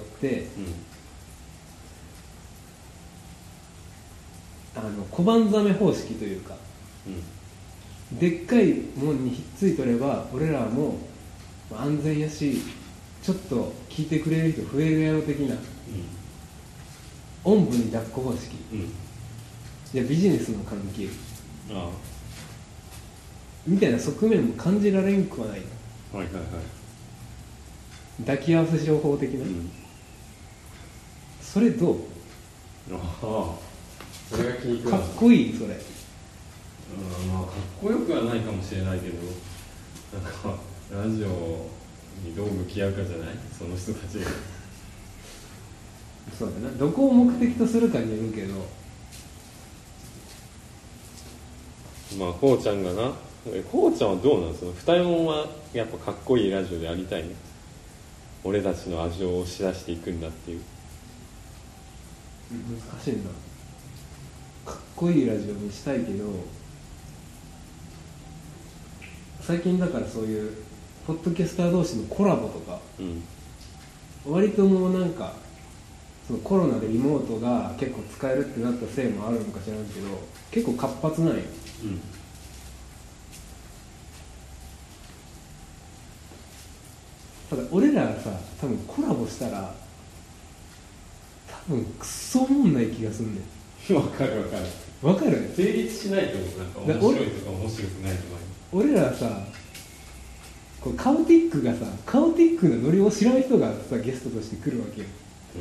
うん、小判ザメ方式というか、うん、でっかいもんにひっついとれば俺らも安全やしちょっと聞いてくれる人増えるやろ的な、うん、おんぶに抱っこ方式、うん、いやビジネスの関係ああみたいな側面も感じられんくはない。はいはいはい。抱き合わせ情報的な、うん、それどう？ああ、それが気に食う。かっこいいそれ。まあかっこよくはないかもしれないけど、なんかラジオにどう向き合うかじゃない？その人たちが。 そうだな。どこを目的とするかによるけど。 まあこうちゃんがな。こうちゃんはどうなんですか？二重はやっぱかっこいいラジオでありたいね。俺たちの味を押し出していくんだっていう。 難しいな。かっこいいラジオにしたいけど、最近だからそういうポッドキャスター同士のコラボとか、うん、割ともうなんかそのコロナでリモートが結構使えるってなったせいもあるのか知らんけど、結構活発なんよ。うんただ俺らさ多分コラボしたら多分クソおもんない気がすんねん。 わかるわかる。 わかる。 成立しないと思う。なんか面白いとか面白くないとか。 俺らさこうカオティックがさカオティックなノリを知らん人がさゲストとして来るわけよ。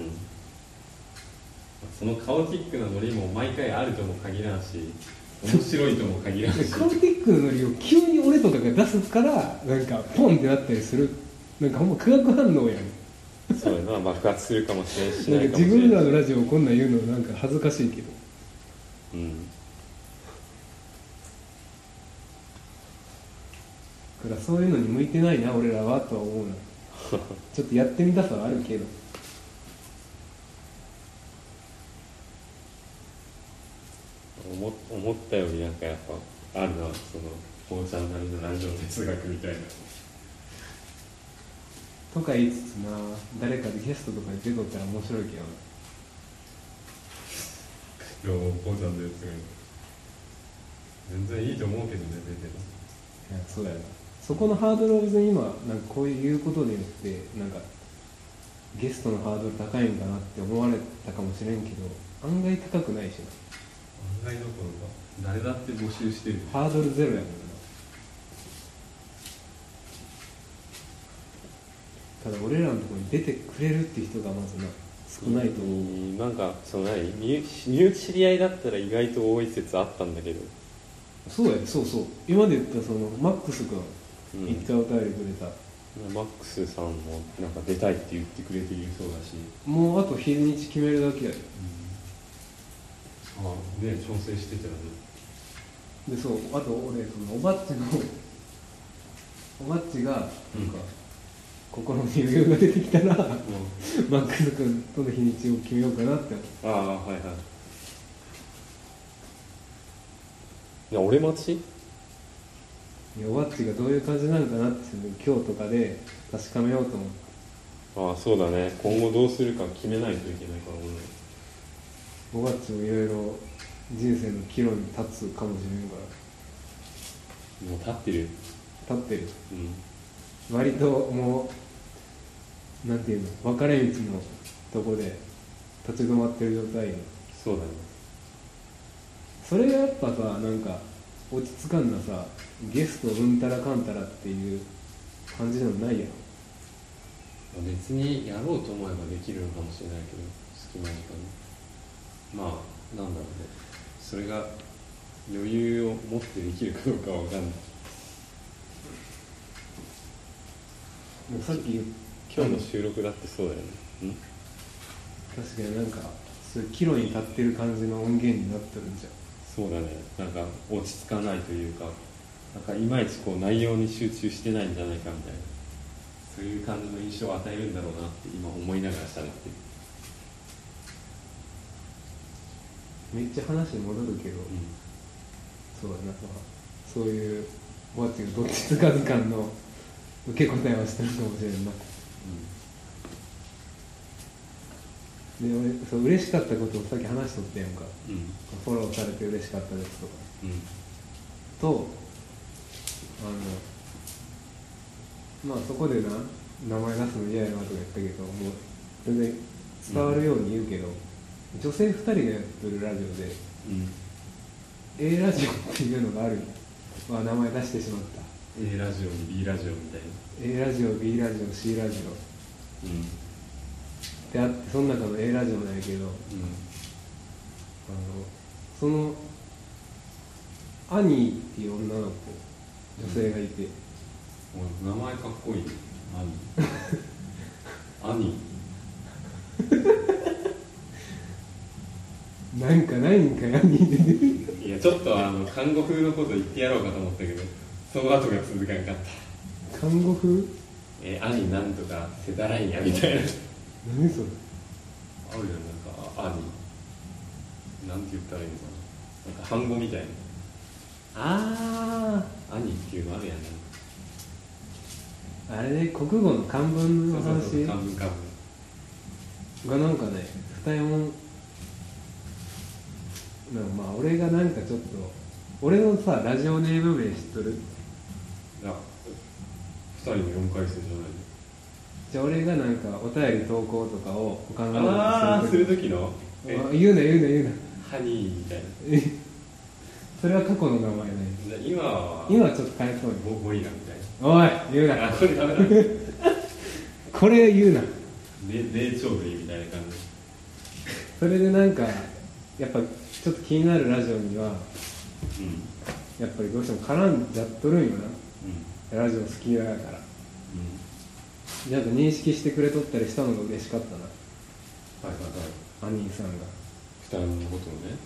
そのカオティックなノリも毎回あるとも限らんし、面白いとも限らんしカオティックなノリを急に俺とかが出すからなんかポンってなったりする。なんかほんま化学反応やん。 そうやな、爆発するかもしれんしなんか自分らのラジオをこんなん言うのなんか恥ずかしいけど、だからそういうのに向いてないな俺らはとは思うなちょっとやってみたさはあるけど、 思ったよりなんかやっぱあるな、そのこうちゃんなりのラジオ哲学みたいなとか言いつつな、誰かでゲストとかに出とったら面白いけどな。 いやもうこうちゃんのやつが全然いいと思うけどね、出てる。 いやそうやな、そこのハードルを別に今なんかこういうことによってなんかゲストのハードル高いんだなって思われたかもしれんけど、案外高くないしな。案外どころか誰だって募集してる。 ハードルゼロやもんな。ただ俺らのところに出てくれるっていう人がまずな少ないと思う。 なんかその身内知り合いだったら意外と多い説あったんだけど。 そうや、そうそう、今で言ったそのマックス君一回お便りくれた、 マックスさんもなんか出たいって言ってくれているそうだし、 もうあと日にち決めるだけやで、 ああね、調整してたよね。 でそう、あと俺そのおばっちがなんか、心に余裕が出てきたら、マックス君との日にちを決めようかなって思う。 ああ、はいはい。いや俺待ち？ おばっちがどういう感じなのかなって今日とかで確かめようと思って。 ああそうだね、今後どうするか決めないといけないからおばっちもいろいろ人生の岐路に立つかもしれんか俺もう立ってる。 ら。立ってる、割ともうなんていうの、分かれ道のとこで立ち止まってる状態よ。 そうだね。 それがやっぱさ、なんか落ち着かんなさ、ゲストうんたらかんたらっていう感じでもないやろ。 別にやろうと思えばできるのかもしれないけど、隙間時間にまあなんだろうね、それが余裕を持ってできるかどうかは分かんない。 もうさっき今日の収録だってそうだよね。 確かになんかそういう岐路に立ってる感じの音源になってるんじゃん。 そうだね、なんか落ち着かないというか、なんかいまいちこう内容に集中してないんじゃないかみたいな、そういう感じの印象を与えるんだろうなって今思いながら喋ってる。 めっちゃ話戻るけど、そうだな、そういうおばっちがどっちつかず感の受け答えはしてるかもしれんな。で俺そう嬉しかったことをさっき話しとったやんか、フォローされて嬉しかったですとか、とまあそこでな名前出すの嫌やなとか言ったけど、もう全然伝わるように言うけど、女性2人がやってるラジオで、A ラジオっていうのがあるんや。まあ名前出してしまった。 A ラジオに B ラジオみたいな。 A ラジオ、B ラジオ、C ラジオってあって、その中の A ラジオなんやけど、そのアニーっていう女の子、女性がいて、 名前かっこいいね。アニなんかないんかアニーで出てる。 いやちょっと看護風のこと言ってやろうかと思ったけど、その後が続かなかった。 看護風？ 兄なんとか世田ラインやみたいな。 何それ？ あるよ、なんか兄なんて言ったらいいのかな、なんか半語みたいな。兄っていうのあるやん。 あれね、国語の漢文の話。 そう漢文がなんかね、二重音なんか、まあ俺がなんかちょっと俺のさラジオネーム名知っとる？ いや2人の4回生じゃないの？ じゃあ俺がなんかお便り投稿とかを他のああする時の言うなハニーみたいなそれは過去の名前ね。 今はちょっと変えそうにゴリラみたいおい言うなな。これダメだこれ言うな。 霊長類みたいな感じ。 それでなんかやっぱちょっと気になるラジオには、やっぱりどうしても絡んじゃっとるんよな、ラジオ好きだから、なんか認識してくれとったりしたのが嬉しかったな。アニーさんが負担のことをね、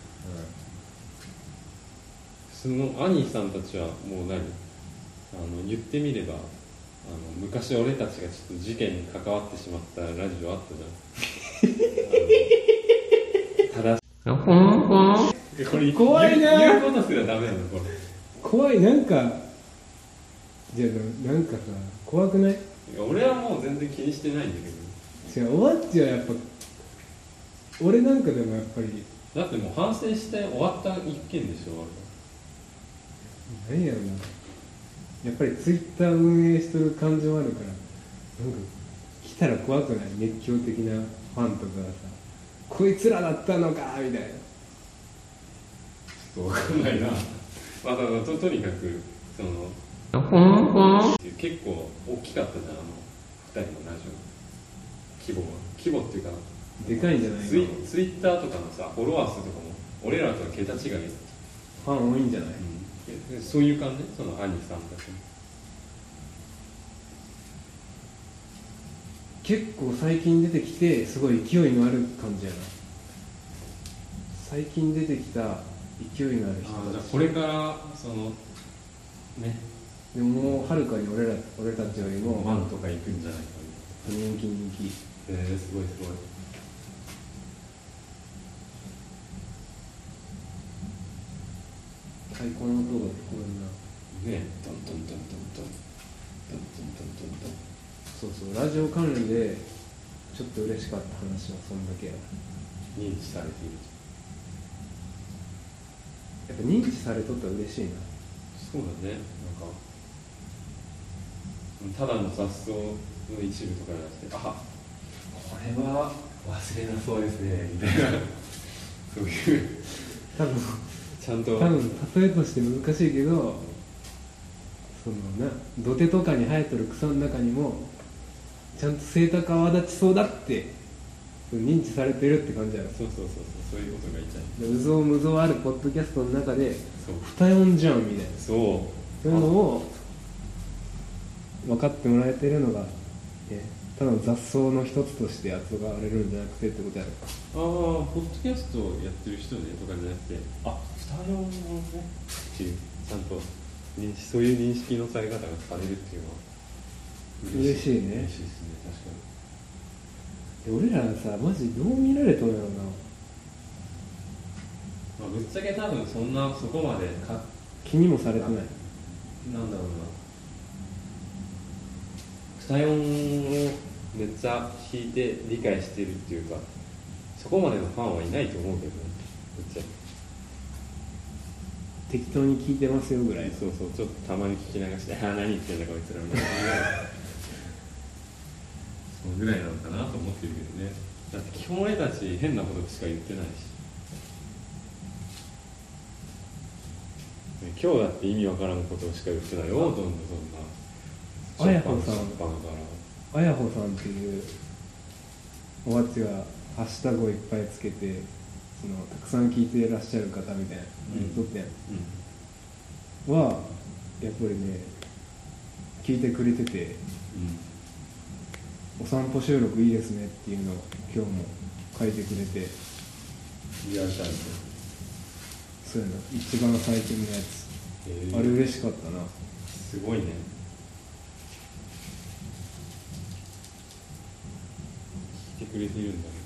そのアニーさんたちはもう言ってみれば昔俺たちがちょっと事件に関わってしまったラジオあったじゃんこれ怖いな。 言うことすらダメなのこれ。 怖い。なんかじゃあなんかさ怖くない？ 俺はもう全然気にしてないんだけど。 違う、おわっちはやっぱ俺なんかでもやっぱりだってもう反省して終わった一件でしょあれ。何やろな、やっぱりツイッター運営しとる感じもあるから、なんか来たら怖くない？熱狂的なファンとかがさ、こいつらだったのかみたいな。 ちょっと分かんないなまあとにかくその結構大きかったじゃん2人のラジオ規模っていうかでかいんじゃないの？ ツイッターとかのさフォロワー数とかも俺らとは桁違い。 ファン多いんじゃない？ そういう感じ、その兄さんたちも結構最近出てきてすごい勢いのある感じやな。最近出てきた勢いのある人たち。 じゃあこれからそのね、 でももうはるかに俺たちよりも万とか行くんじゃないかみたいな。 人気。 すごい太鼓の音が聞こえるな。 ね、トントントントントントントントントントン。 そうラジオ関連でちょっと嬉しかった話はそんだけや。 認知されている。 やっぱ認知されとったら嬉しいな。 そうだね。なんかただの雑草の一部とかじゃなくて、これは忘れなそうですねみたいなそういう多分例えとして難しいけど、そのな土手とかに生えとる草の中にもちゃんとセイタカアワダチソウだって認知されてるって感じやろ。 そういうことが言いたい。 うぞうむぞうあるポッドキャストの中で二四じゃんみたいな、そういうのを分かってもらえてるのが、ただの雑草の一つとして扱われるんじゃなくてってことやろ。 ポッドキャストをやってる人ねとかじゃなくて、二四ねっていうちゃんとそういう認識のされ方がされるっていうのは嬉しいね。 嬉しいですね。確かに。 俺らさマジどう見られとんやろな。 ぶっちゃけ多分そこまで気にもされてない。 なんだろうな、二四をめっちゃ弾いて理解してるっていうか、そこまでのファンはいないと思うけどね。ぶっちゃけ適当に聞いてますよぐらい。 ちょっとたまに聞き流して何言ってんだこいつらみたいなそのぐらいなのかなと思ってるけどね。だって基本俺たち変なことしか言ってないし、今日だって意味わからんことしか言ってないよ。どんどんそんなあやほさんっていうおばっちがハッシュタグをいっぱいつけてたくさん聞いていらっしゃる方みたいな言っとってん、はやっぱりね聞いてくれてて、お散歩収録いいですねっていうのを今日も書いてくれて、 リアルタイムそういうの一番最近のやつ、あれ嬉しかったな。 すごいね。聞いてくれてるんだね。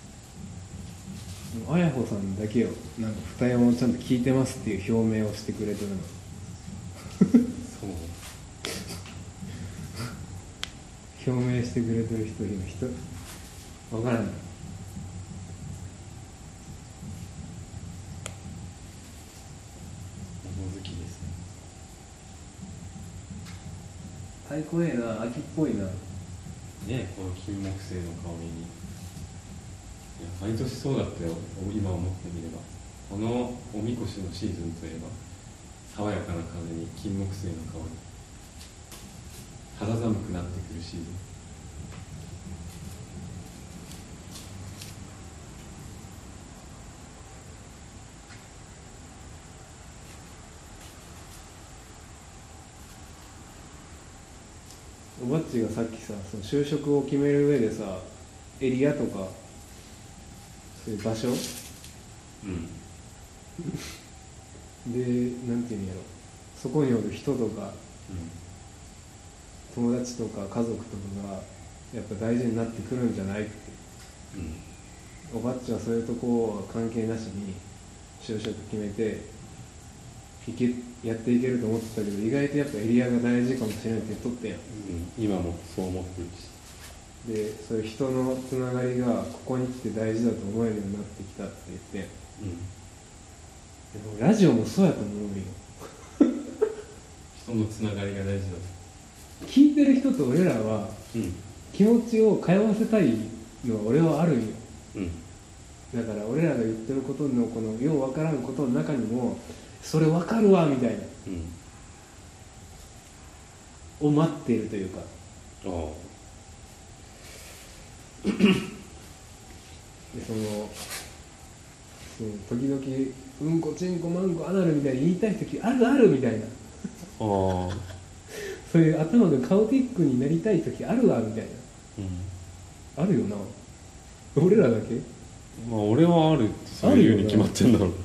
あやほさんだけよ、なんか二重もちゃんと聞いてますっていう表明をしてくれてるのそう表明してくれてる人分からない。 物好きですね。 太鼓ええな、秋っぽいな。 ね、この金木犀の香りに。いや毎年そうだったよ、今思ってみれば。このおみこしのシーズンといえば爽やかな風に金木犀の香り、肌寒くなってくるシーズン。 おばっちがさっきさ、その就職を決める上でさ、エリアとかそういう場所で、なんていうんやろ、そこにおる人とか、友達とか家族とかがやっぱ大事になってくるんじゃないって、おばっちはそういうとこは関係なしに就職決めてやっていけると思ってたけど、意外とやっぱエリアが大事かもしれないって言っとったやん、 今もそう思ってるし。 でそういう人のつながりがここに来て大事だと思えるようになってきたって言って、でもラジオもそうやと思うよ人のつながりが大事だと。 聞いてる人と俺らは気持ちを通わせたいのは俺はあるんよ、だから俺らが言ってることのこのようわからんことの中にもそれわかるわみたいな、を待っているというか、でその時々うんこちんこまんこアナルみたいに言いたい時あるあるみたいなそういう頭がカオティックになりたい時あるわみたいな、あるよな。俺らだけ？ まあ俺はあるってそういうに決まってんだろう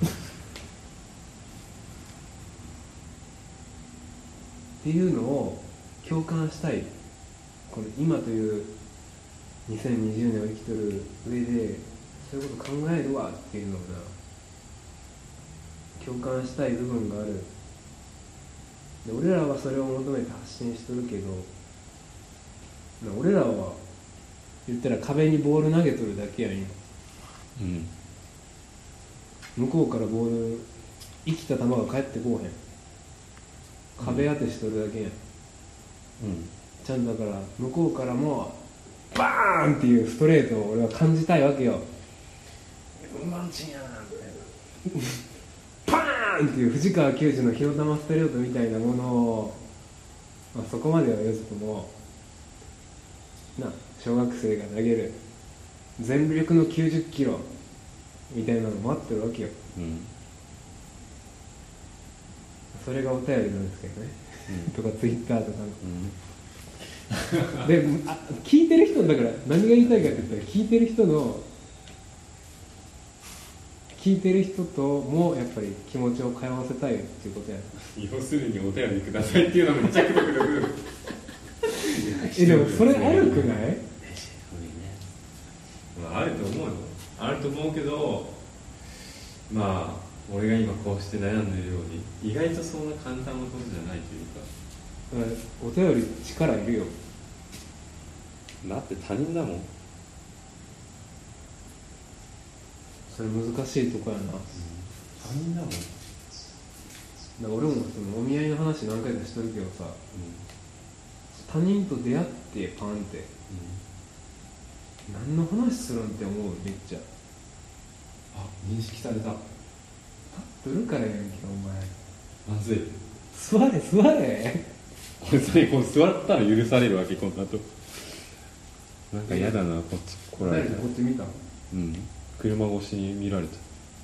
っていうのを共感したい。これ今という2020年を生きとる上でそういうこと考えるわっていうのをな、共感したい部分がある。で俺らはそれを求めて発信しとるけど、俺らは言ったら壁にボール投げとるだけやん今、向こうからボール生きた球が返ってこうへん、壁当てしとるだけやん、ちゃんとだから向こうからもバーンっていうストレートを俺は感じたいわけよ。マンチンやなみたいなパーンっていう藤川球児の火の玉ストレートみたいなものを、そこまでは言わずとも小学生が投げる全力の90キロみたいなの待ってるわけよ、それがお便りなんですけどね、とかツイッターとかの、で聞いてる人だから何が言いたいかって言ったら、聞いてる人ともやっぱり気持ちを通わせたいっていうことや。 要するにお便りくださいっていうのがめちゃくちゃくるでもそれあるくない？ あると思うよ。あると思うけど、まあ俺が今こうして悩んでるように意外とそんな簡単なことじゃないというか、 お便り力いるよ。 だって他人だもん。 それ難しいとこやな、 他人だもん。 俺もそのお見合いの話何回かしてるけどさ、他人と出会ってパンって、何の話するんって思う。めっちゃ認識された。 立っとるからやんけお前。 まずい。 座れこれさ、こう座ったら許されるわけ、この後。なんか嫌だな、こっち来られた。 こっち見た？ 車越しに見られた。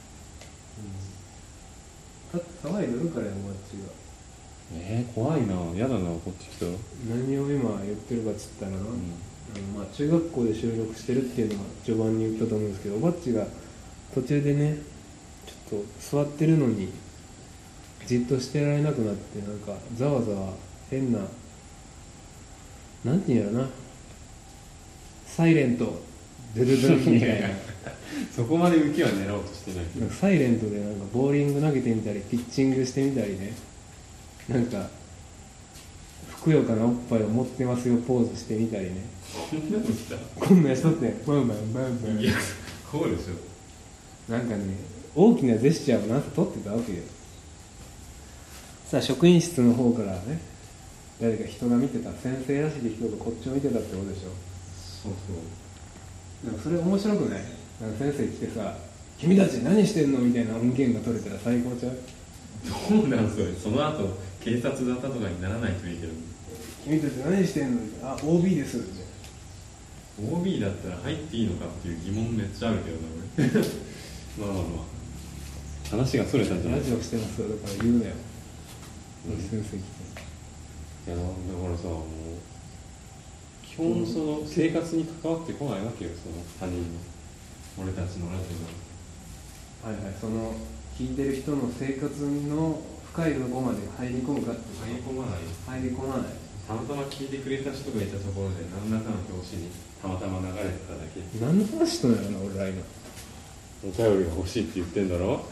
騒いでるからやん、こっちが。 怖いな、嫌だな、こっち来たら。 何を今言ってるかっつったらな、中学校で収録してるっていうのは序盤に言ったと思うんですけど、おばっちが途中でね、ちょっと座ってるのにじっとしてられなくなって、なんかざわざわ変な、なんていうんやろな、サイレントドゥルドゥルみたいなそこまで浮きは狙おうとしてないけど、 サイレントでなんかボーリング投げてみたりピッチングしてみたりね、なんかふくよかなおっぱいを持ってますよポーズしてみたりね、こんなんしとってバンバンバンバン、 いやそうでしょ。 なんかね、大きなジェスチャーをなんか取ってたわけよ。さあ職員室の方からね、誰か人が見てた、先生らしき人がこっちを見てたってことでしょ。 そうそう。 でもそれ面白くない？なんか先生来てさ、君たち何してんのみたいな音源が取れたら最高ちゃう？ どうなんそれ。その後警察だったとかにならないといいけど。 君たち何してんの？あ、OB ですみたいな。 OB だったら入っていいのかっていう疑問めっちゃあるけどな俺まあまあまあ話がそれたんじゃない？ ラジオしてますよ、だから言うなよ、先生来て。 いやだからさ、もう基本その生活に関わってこないわけよ、その他人の俺たちのラジオが。 はいはい、その聞いてる人の生活の深いところまで入り込むかって。 入り込まない。 入り込まない。 たまたま聞いてくれた人がいたところで何らかの表紙にたまたま流れてただけ。 何の話しとんやろな俺ら今。 お便りが欲しいって言ってんだろ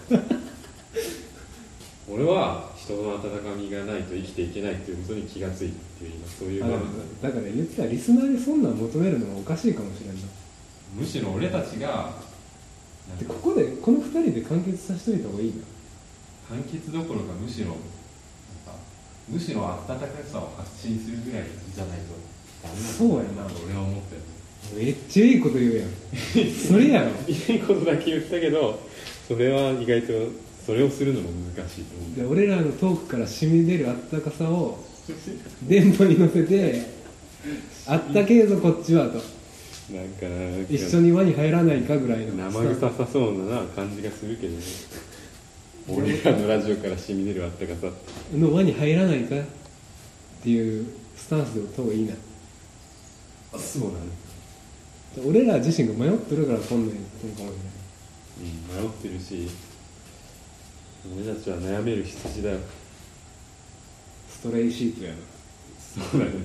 俺は人の温かみがないと生きていけないっていうことに気がついたっていう今そういう場面だから言ってたリスナーにそんなん求めるのもおかしいかもしれんな。 むしろ俺たちがでここでこの2人で完結させといた方がいいな。 完結どころかむしろ温かさを発信するぐらいじゃないとダメなんだ。 そうやな、 俺は思ってる。 めっちゃいいこと言うやんそれやろ。 いいことだけ言ったけどそれは意外とそれをするのも難しいと思う。 で俺らのトークから染み出るあったかさを電波に乗せてあったけえぞこっちはと、 なんか一緒に輪に入らないかぐらいの生臭さそうな感じがするけどね俺らのラジオから染み出るあったかさの輪に入らないかっていうスタンスでおった方がいいな。 そうだね。 俺ら自身が迷ってるからこんなん言ってるかもしれない。 迷ってるし俺たちは悩める羊だよ。 ストレイシートやな。 そうだね。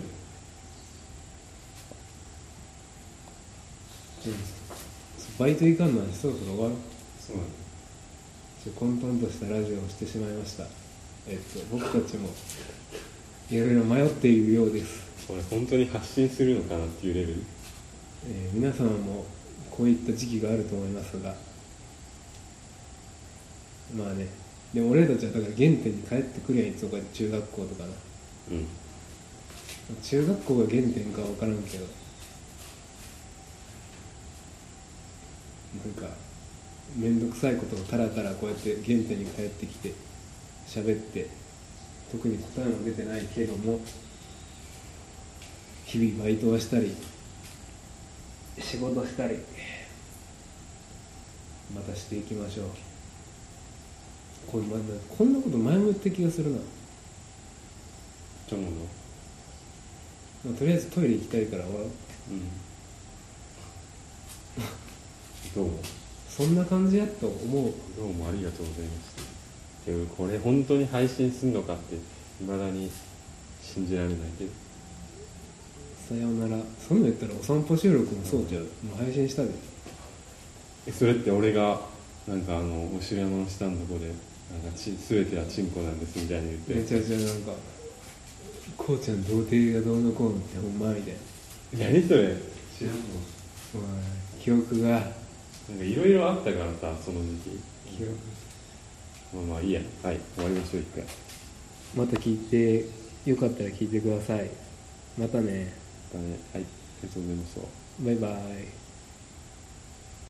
バイト行かんのにそろそろ終わろう。 そうだね。 混沌としたラジオをしてしまいました。僕たちもいろいろ迷っているようです。 これ本当に発信するのかなっていうレベル。 皆様もこういった時期があると思いますが、まあね、でも俺たちはだから原点に帰ってくるやん、いつもこうやって中学校とかな。中学校が原点かは分からんけど、なんか面倒くさいことをタラタラこうやって原点に帰ってきて喋って、特に答えも出てないけども日々バイトをしたり仕事したりまたしていきましょう。こんなこと前も言った気がするな。 と思うの。 まあとりあえずトイレ行きたいから終わろう。 どうもそんな感じやと思う。 どうもありがとうございました。でもこれ本当に配信するのかって未だに信じられないけど。 さようなら。そんなん言ったらお散歩収録もそうじゃん。もう配信したで。 それって俺がなんかお城山の下のとこでなんか全てはチンコなんですみたいに言って、 めちゃくちゃなんかこうちゃん童貞がどうのこうのってほんまみたいな。 何それ知らんの。 記憶がなんかいろいろあったからさその時期。 記憶まあいいや。はい終わりましょう一回。 また聞いてよかったら聞いてください。またね。 またね。はいありがとうございました。 バイバイ。